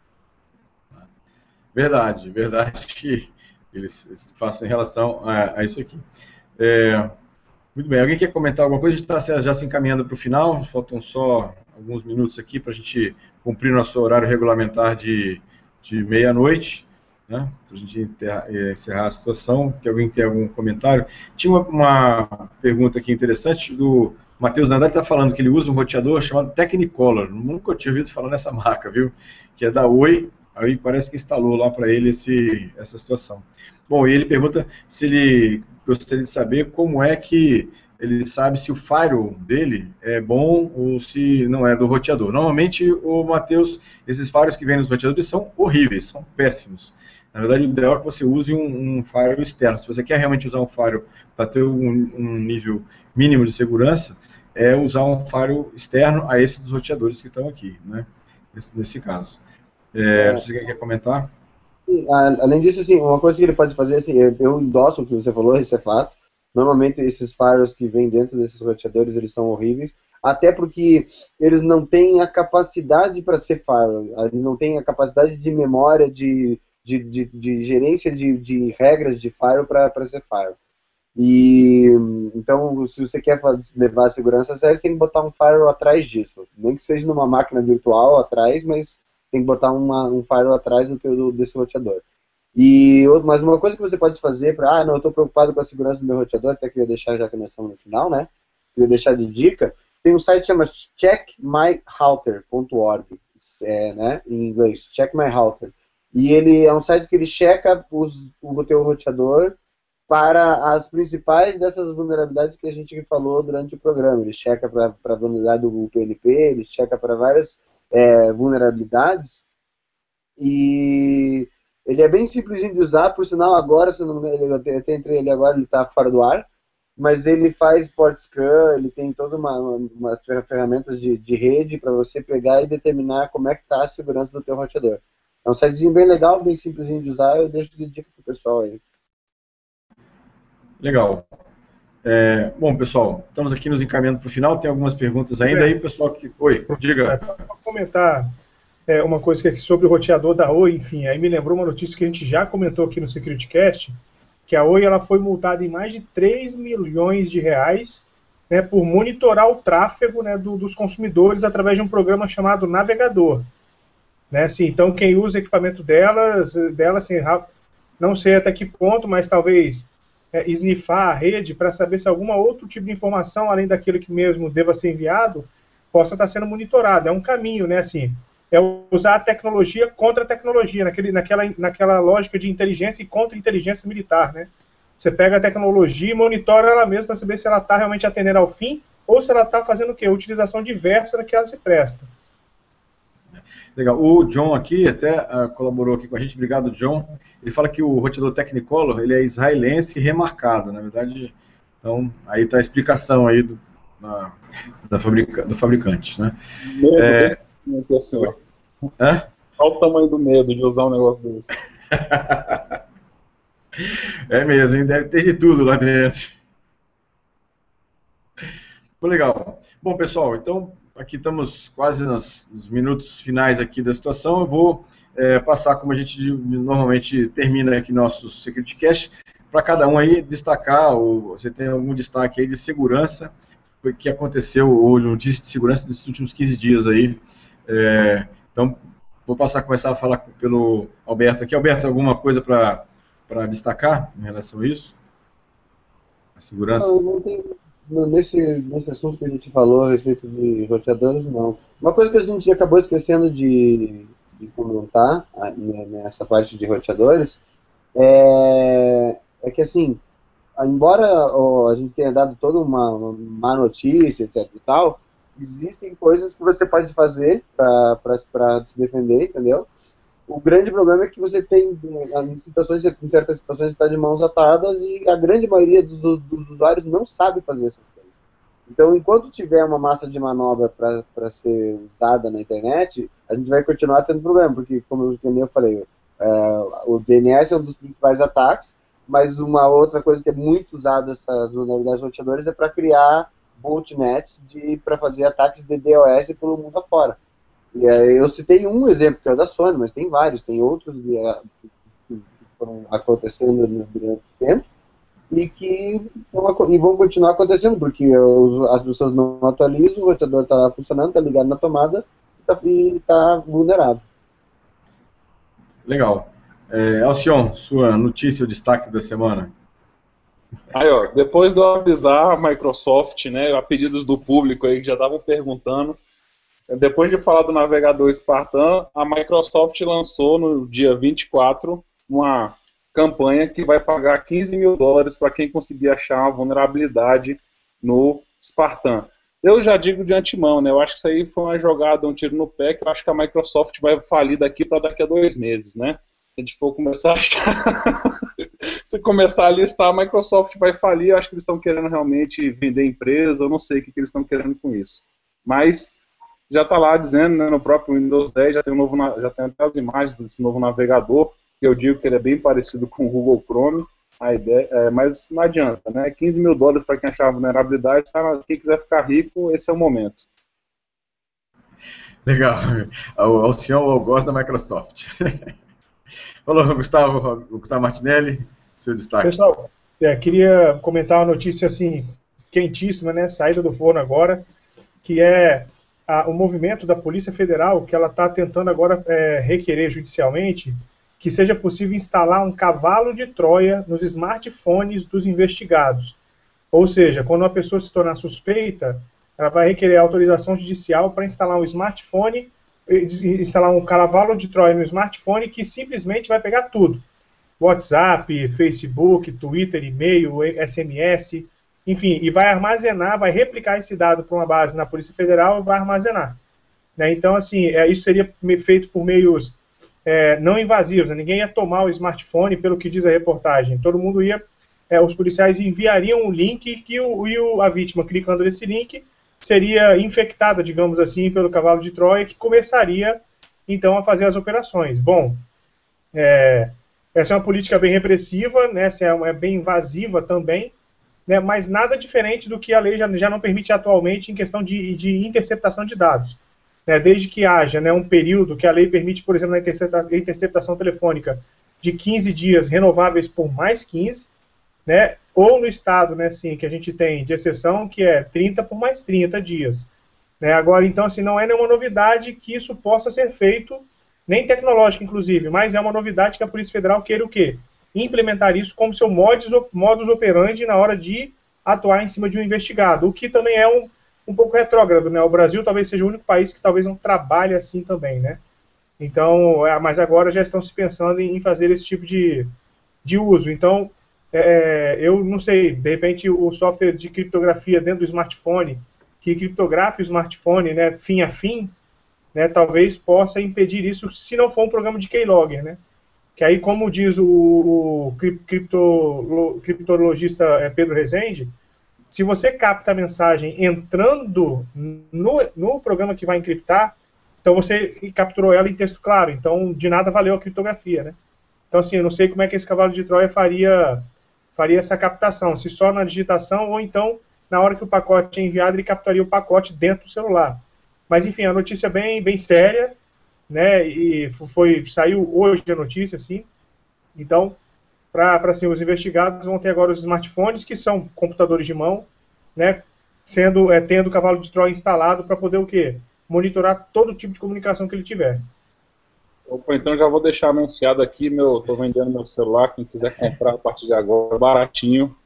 Verdade, verdade que eles façam em relação a, a isso aqui. É, muito bem, alguém quer comentar alguma coisa? A gente está já se encaminhando para o final, faltam só alguns minutos aqui para a gente cumprir nosso horário regulamentar de, de meia-noite, né, para a gente enterrar, encerrar a situação. Que alguém tem algum comentário? Tinha uma, uma pergunta aqui interessante do Matheus Nandari, está falando que ele usa um roteador chamado Technicolor. Nunca tinha ouvido falar nessa marca, viu? Que é da Oi, aí parece que instalou lá para ele esse, essa situação. Bom, e ele pergunta se ele gostaria de saber como é que ele sabe se o firewall dele é bom ou se não é do roteador. Normalmente, o Matheus, esses firewalls que vêm nos roteadores são horríveis, são péssimos. Na verdade, o ideal é que você use um, um firewall externo. Se você quer realmente usar um firewall para ter um, um nível mínimo de segurança, é usar um firewall externo a esses dos roteadores que estão aqui, né? Nesse, nesse caso. É, é. Você quer comentar? Além disso, assim, uma coisa que ele pode fazer, assim, eu endosso o que você falou, isso é fato. Normalmente, esses firewalls que vêm dentro desses roteadores, eles são horríveis, até porque eles não têm a capacidade para ser firewall, eles não têm a capacidade de memória, de, de, de, de gerência de, de regras de firewall para ser firewall. E, então, se você quer levar a segurança a sério, você tem que botar um firewall atrás disso. Nem que seja numa máquina virtual atrás, mas tem que botar uma, um firewall atrás do teu, desse roteador. E, mas uma coisa que você pode fazer para, ah, não, eu estou preocupado com a segurança do meu roteador, até queria deixar, já que nós estamos no final, né? Queria deixar de dica, tem um site que chama check my router ponto org, é, né, em inglês, check my router. E ele é um site que ele checa os, o teu roteador para as principais dessas vulnerabilidades que a gente falou durante o programa. Ele checa para a vulnerabilidade do P L P, ele checa para várias é, vulnerabilidades, e ele é bem simplesinho de usar, por sinal agora, se não me engano, eu até entrei ele agora, ele está fora do ar, mas ele faz port scan, ele tem todas uma, uma, umas ferramentas de, de rede para você pegar e determinar como é que está a segurança do teu roteador. É um sitezinho bem legal, bem simplesinho de usar, eu deixo de dica para o pessoal aí. Legal. É, bom, pessoal, estamos aqui nos encaminhando para o final, tem algumas perguntas ainda é. aí, pessoal que... Oi, diga. Para comentar é, uma coisa que é sobre o roteador da Oi, enfim, aí me lembrou uma notícia que a gente já comentou aqui no SecurityCast, que a Oi ela foi multada em mais de três milhões de reais, né, por monitorar o tráfego, né, do, dos consumidores através de um programa chamado Navegador. Né, assim, então, quem usa equipamento delas, dela, assim, não sei até que ponto, mas talvez é, snifar a rede para saber se algum outro tipo de informação, além daquilo que mesmo deva ser enviado, possa estar sendo monitorado. É um caminho, né, assim, é usar a tecnologia contra a tecnologia, naquele, naquela, naquela lógica de inteligência e contra-inteligência militar, né? Você pega a tecnologia e monitora ela mesma para saber se ela está realmente atendendo ao fim ou se ela está fazendo o quê? Utilização diversa da que ela se presta. Legal. O John aqui até uh, colaborou aqui com a gente. Obrigado, John. Ele fala que o roteador Technicolor ele é israelense e remarcado. Na verdade, então, aí está a explicação aí do, na, da fabrica, do fabricante, né? Medo, é... assim, Hã? Qual o tamanho do medo de usar um negócio desse? É mesmo, hein? Deve ter de tudo lá dentro. Foi legal. Bom, pessoal, então aqui estamos quase nos, nos minutos finais aqui da situação. Eu vou é, passar como a gente normalmente termina aqui nosso SecurityCast, para cada um aí destacar, ou você tem algum destaque aí de segurança que aconteceu, ou notícia de segurança desses últimos quinze dias aí. É, então, vou passar a começar a falar pelo Alberto aqui. Alberto, alguma coisa para destacar em relação a isso? A segurança? Não, não tem, não, nesse, nesse assunto que a gente falou a respeito de roteadores, não. Uma coisa que a gente acabou esquecendo de, de comentar nessa parte de roteadores é, é que, assim, embora ó, a gente tenha dado toda uma, uma má notícia, etc e tal, existem coisas que você pode fazer para se defender, entendeu? O grande problema é que você tem, em, situações, em certas situações, está de mãos atadas e a grande maioria dos, dos usuários não sabe fazer essas coisas. Então, enquanto tiver uma massa de manobra para ser usada na internet, a gente vai continuar tendo problema, porque, como eu falei, é, o D N S é um dos principais ataques, mas uma outra coisa que é muito usada essas vulnerabilidades roteadoras é para criar botnets para fazer ataques de DDoS pelo mundo afora. E, é, eu citei um exemplo, que é o da Sony, mas tem vários, tem outros que, que foram acontecendo durante o tempo e que tão, e vão continuar acontecendo, porque as pessoas não atualizam, o roteador está lá funcionando, está ligado na tomada e está vulnerável. Legal. É, Alcion, sua notícia ou destaque da semana? Aí, ó, depois de eu avisar a Microsoft, né, a pedidos do público aí que já estavam perguntando, depois de falar do navegador Spartan, a Microsoft lançou no dia vinte e quatro uma campanha que vai pagar quinze mil dólares para quem conseguir achar uma vulnerabilidade no Spartan. Eu já digo de antemão, né, eu acho que isso aí foi uma jogada, um tiro no pé, que eu acho que a Microsoft vai falir daqui para daqui a dois meses, né? Se a gente for começar a achar, se começar a listar, a Microsoft vai falir. Eu acho que eles estão querendo realmente vender empresa, eu não sei o que, que eles estão querendo com isso. Mas já está lá dizendo, né, no próprio Windows dez, já tem, um novo, já tem até as imagens desse novo navegador, que eu digo que ele é bem parecido com o Google Chrome, a ideia, é, mas não adianta, né? quinze mil dólares para quem achar vulnerabilidade, tá, quem quiser ficar rico, esse é o momento. Legal. O senhor gosta da Microsoft. Olá, Gustavo, Gustavo Martinelli, seu destaque. Pessoal, é, queria comentar uma notícia assim, quentíssima, né? Saída do forno agora, que é a, o movimento da Polícia Federal, que ela está tentando agora é, requerer judicialmente que seja possível instalar um cavalo de Troia nos smartphones dos investigados. Ou seja, quando uma pessoa se tornar suspeita, ela vai requerer autorização judicial para instalar um smartphone, instalar um cavalo de Troia no smartphone que simplesmente vai pegar tudo. WhatsApp, Facebook, Twitter, e-mail, S M S, enfim, e vai armazenar, vai replicar esse dado para uma base na Polícia Federal e vai armazenar. Né? Então, assim, é, isso seria feito por meios é, não invasivos, né? Ninguém ia tomar o smartphone, pelo que diz a reportagem. Todo mundo ia, é, os policiais enviariam um link que o, e o, a vítima, clicando nesse link, seria infectada, digamos assim, pelo cavalo de Troia, que começaria, então, a fazer as operações. Bom, é, essa é uma política bem repressiva, né? Essa é, uma, é bem invasiva também, né? Mas nada diferente do que a lei já, já não permite atualmente em questão de, de interceptação de dados. Né? Desde que haja, né, um período que a lei permite, por exemplo, na intercepta, interceptação telefônica de quinze dias renováveis por mais quinze, né? Ou no estado, né, assim, que a gente tem de exceção, que é trinta por mais trinta dias. Né? Agora, então, assim, não é nenhuma novidade que isso possa ser feito, nem tecnológico, inclusive, mas é uma novidade que a Polícia Federal queira o quê? Implementar isso como seu modus, modus operandi na hora de atuar em cima de um investigado, o que também é um, um pouco retrógrado, né? O Brasil talvez seja o único país que talvez não trabalhe assim também, né? Então, é, mas agora já estão se pensando em fazer esse tipo de, de uso. Então, é, eu não sei, de repente o software de criptografia dentro do smartphone, que criptografe o smartphone, né, fim a fim, né, talvez possa impedir isso se não for um programa de keylogger, né? Que aí, como diz o, o cripto, criptologista Pedro Rezende, se você capta a mensagem entrando no, no programa que vai encriptar, então você capturou ela em texto claro, então de nada valeu a criptografia, né? Então, assim, eu não sei como é que esse cavalo de Troia faria, faria essa captação, se só na digitação ou então na hora que o pacote é enviado ele captaria o pacote dentro do celular. Mas, enfim, a notícia é bem, bem séria, né, e foi, saiu hoje a notícia, assim, então, para assim, os investigados vão ter agora os smartphones, que são computadores de mão, né, sendo, é, tendo o cavalo de Troia instalado para poder o quê? Monitorar todo tipo de comunicação que ele tiver. Opa, então já vou deixar anunciado aqui, meu, tô vendendo meu celular, quem quiser comprar a partir de agora, baratinho.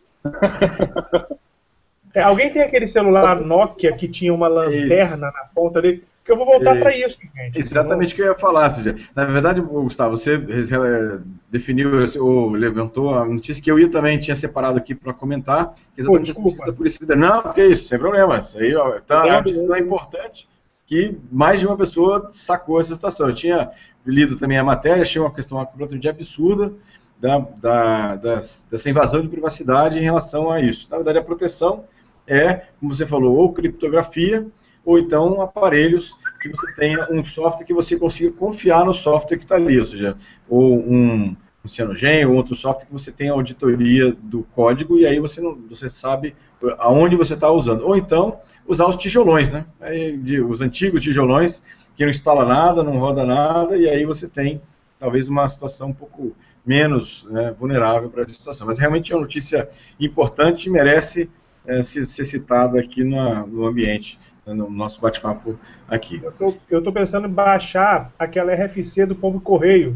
É, alguém tem aquele celular Nokia que tinha uma lanterna isso. na ponta dele? Que eu vou voltar para isso, gente. Exatamente o que eu ia falar, Cid. Na verdade, Gustavo, você definiu ou levantou a notícia que eu ia também tinha separado aqui para comentar, que exatamente Pô, a da Polícia Federal. Não, porque é isso, sem problema. Isso aí, ó, tá, a notícia é importante que mais de uma pessoa sacou essa situação. Eu tinha lido também a matéria, achei uma questão completamente absurda da, da, das, dessa invasão de privacidade em relação a isso. Na verdade, a proteção é, como você falou, ou criptografia, ou então aparelhos que você tenha um software que você consiga confiar no software que está ali, ou seja, ou um, um Cyanogen, ou outro software que você tenha auditoria do código e aí você, não, você sabe aonde você está usando. Ou então, usar os tijolões, né? Aí, de, os antigos tijolões, que não instala nada, não roda nada, e aí você tem, talvez, uma situação um pouco menos, né, vulnerável para essa situação. Mas realmente é uma notícia importante e merece é, ser, ser citada aqui na, no ambiente, no nosso bate-papo aqui. Eu estou pensando em baixar aquela R F C do Pombo Correio.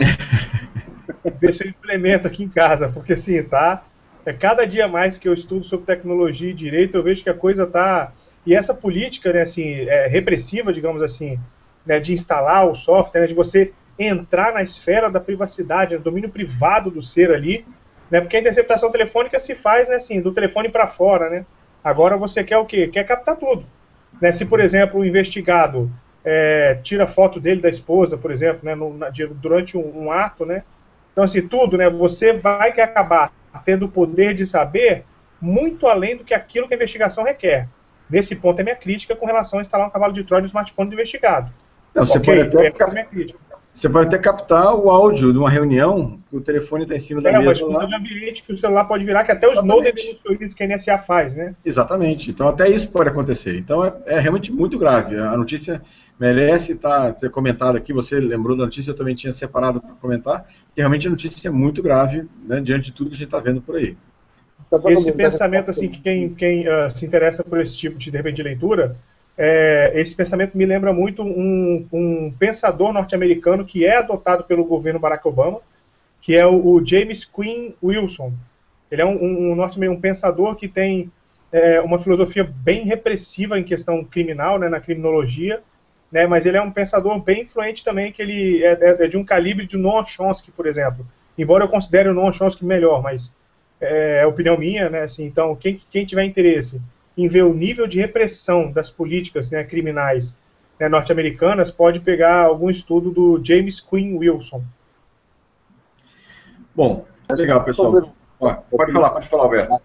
Ver se eu implemento aqui em casa, porque assim, tá? É cada dia mais que eu estudo sobre tecnologia e direito, eu vejo que a coisa tá... E essa política, né, assim, é, repressiva, digamos assim, né, de instalar o software, né, de você entrar na esfera da privacidade, no domínio privado do ser ali, né, porque a interceptação telefônica se faz, né, assim, do telefone para fora, né? Agora você quer o quê? Quer captar tudo. Né, se, por exemplo, o investigado é, tira foto dele da esposa, por exemplo, né, no, na, durante um, um ato, né? Então, assim, tudo, né? Você vai que acabar tendo o poder de saber muito além do que aquilo que a investigação requer. Nesse ponto é minha crítica com relação a instalar um cavalo de Troia no smartphone do investigado. Não, você, okay, pode até é cap... minha crítica. Você pode até captar o áudio de uma reunião que o telefone está em cima da é, mesa. Mas de ambiente que o celular pode virar, que até o Snowden denunciou isso que a N S A faz, né? Exatamente. Então até isso pode acontecer. Então é, é realmente muito grave. A notícia merece estar, ser comentada aqui. Você lembrou da notícia, eu também tinha separado para comentar, que realmente a notícia é muito grave, né, diante de tudo que a gente está vendo por aí. Esse pensamento, assim, que quem, quem uh, se interessa por esse tipo de, de repente, de leitura, é, esse pensamento me lembra muito um, um pensador norte-americano que é adotado pelo governo Barack Obama, que é o, o James Quinn Wilson. Ele é um, um, um, norte-americano, um pensador que tem é, uma filosofia bem repressiva em questão criminal, né, na criminologia, né, mas ele é um pensador bem influente também, que ele é, é, é de um calibre de Noam Chomsky, por exemplo. Embora eu considere o Noam Chomsky melhor, mas é, é opinião minha, né, assim, então quem, quem tiver interesse em ver o nível de repressão das políticas, né, criminais, né, norte-americanas, pode pegar algum estudo do James Quinn Wilson. Bom, legal, pessoal. Ó, pode falar, pode falar, Alberto.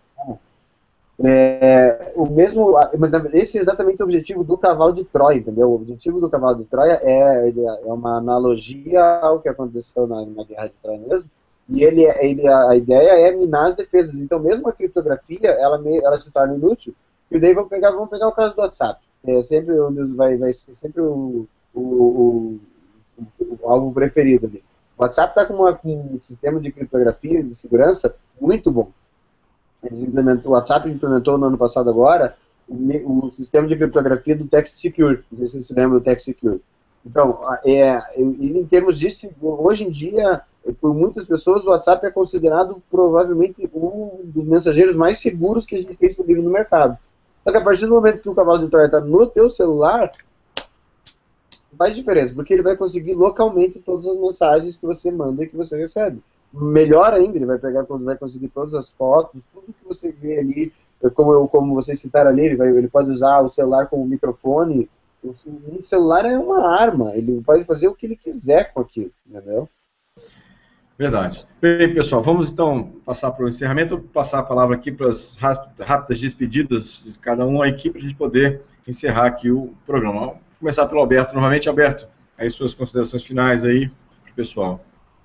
É, o mesmo, esse é exatamente o objetivo do cavalo de Troia, entendeu? O objetivo do cavalo de Troia é, é uma analogia ao que aconteceu na, na Guerra de Troia mesmo, e ele, ele, a ideia é minar as defesas. Então, mesmo a criptografia, ela, ela se torna inútil, e daí vamos pegar, vamos pegar o caso do WhatsApp. É sempre onde vai, vai ser sempre o, o, o, o, o alvo preferido ali. O WhatsApp está com, com um sistema de criptografia e de segurança muito bom. Eles implementou, o WhatsApp implementou no ano passado agora o, o sistema de criptografia do Text Secure. Não sei se você se lembra do Text Secure. Então, é, ele, em termos disso, hoje em dia, por muitas pessoas, o WhatsApp é considerado provavelmente um dos mensageiros mais seguros que a gente tem disponível no mercado. Só que a partir do momento que o cavalo de Troia está no teu celular, faz diferença, porque ele vai conseguir localmente todas as mensagens que você manda e que você recebe. Melhor ainda, ele vai pegar, vai conseguir todas as fotos, tudo que você vê ali, como, como vocês citaram ali, ele, vai, ele pode usar o celular como microfone. O celular é uma arma, ele pode fazer o que ele quiser com aquilo, entendeu? Verdade. Bem, pessoal, vamos então passar para o encerramento, passar a palavra aqui para as rápidas despedidas de cada um aqui, para a gente poder encerrar aqui o programa. Vamos começar pelo Alberto novamente. Alberto, aí suas considerações finais aí para o pessoal.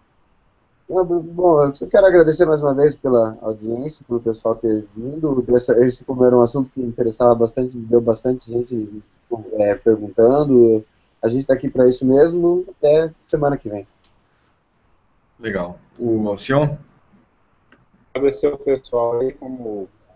Bom, eu quero agradecer mais uma vez pela audiência, pelo pessoal ter vindo. Esse, como era um assunto que interessava bastante, deu bastante gente é, perguntando. A gente está aqui para isso mesmo, até semana que vem. Legal. O Alcion? Agradecer ao pessoal aí, como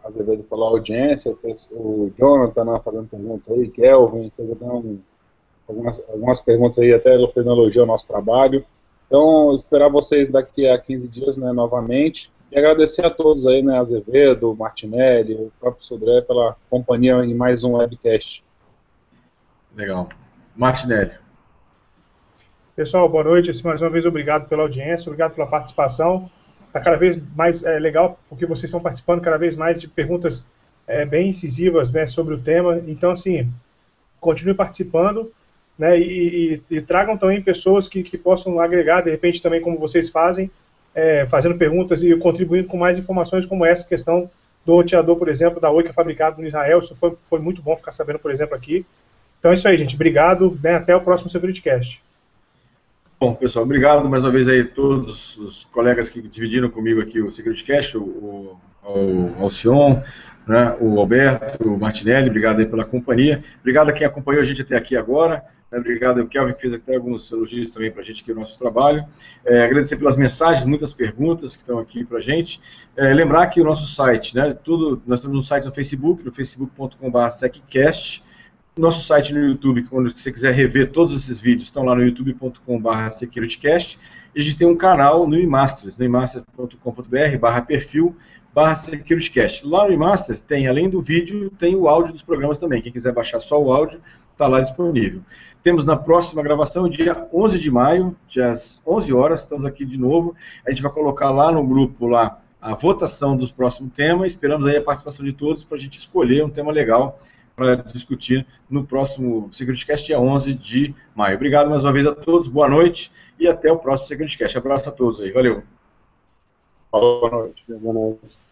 Azevedo pela audiência, o Jonathan né, fazendo perguntas aí, Kelvin, fez um, algumas, algumas perguntas aí, até ele fez um elogio ao nosso trabalho. Então, esperar vocês daqui a quinze dias, né, novamente, e agradecer a todos aí, né, Azevedo, Martinelli, o próprio Sodré, pela companhia em mais um webcast. Legal. Martinelli. Pessoal, boa noite. Mais uma vez, obrigado pela audiência, obrigado pela participação. Está cada vez mais é, legal, porque vocês estão participando cada vez mais de perguntas é, bem incisivas, né, sobre o tema. Então, assim, continue participando, né, e, e, e tragam também pessoas que, que possam agregar, de repente, também como vocês fazem, é, fazendo perguntas e contribuindo com mais informações como essa questão do roteador, por exemplo, da Oi, que é fabricado no Israel. Isso foi, foi muito bom ficar sabendo, por exemplo, aqui. Então é isso aí, gente. Obrigado, né, até o próximo SecurityCast. Bom, pessoal, obrigado mais uma vez aí a todos os colegas que dividiram comigo aqui o SecurityCast, o, o, o Alcion, né, o Alberto, o Martinelli, obrigado aí pela companhia. Obrigado a quem acompanhou a gente até aqui agora. Né, obrigado ao Kelvin, que fez até alguns elogios também para a gente aqui no nosso trabalho. É, agradecer pelas mensagens, muitas perguntas que estão aqui para a gente. É, lembrar que o nosso site, né, tudo, nós temos um site no Facebook, no facebook ponto com barra seccast. Nosso site no YouTube, quando você quiser rever todos esses vídeos, estão lá no youtube ponto com barra securitycast. E a gente tem um canal no eMasters, no emasters ponto com ponto br barra perfil barra securitycast. Lá no eMasters tem, além do vídeo, tem o áudio dos programas também. Quem quiser baixar só o áudio, está lá disponível. Temos na próxima gravação, dia onze de maio, às onze horas, estamos aqui de novo. A gente vai colocar lá no grupo lá a votação dos próximos temas. Esperamos aí a participação de todos para a gente escolher um tema legal para discutir no próximo SecurityCast, dia onze de maio. Obrigado mais uma vez a todos, boa noite e até o próximo SecurityCast. Abraço a todos aí, valeu. Boa noite. Boa noite.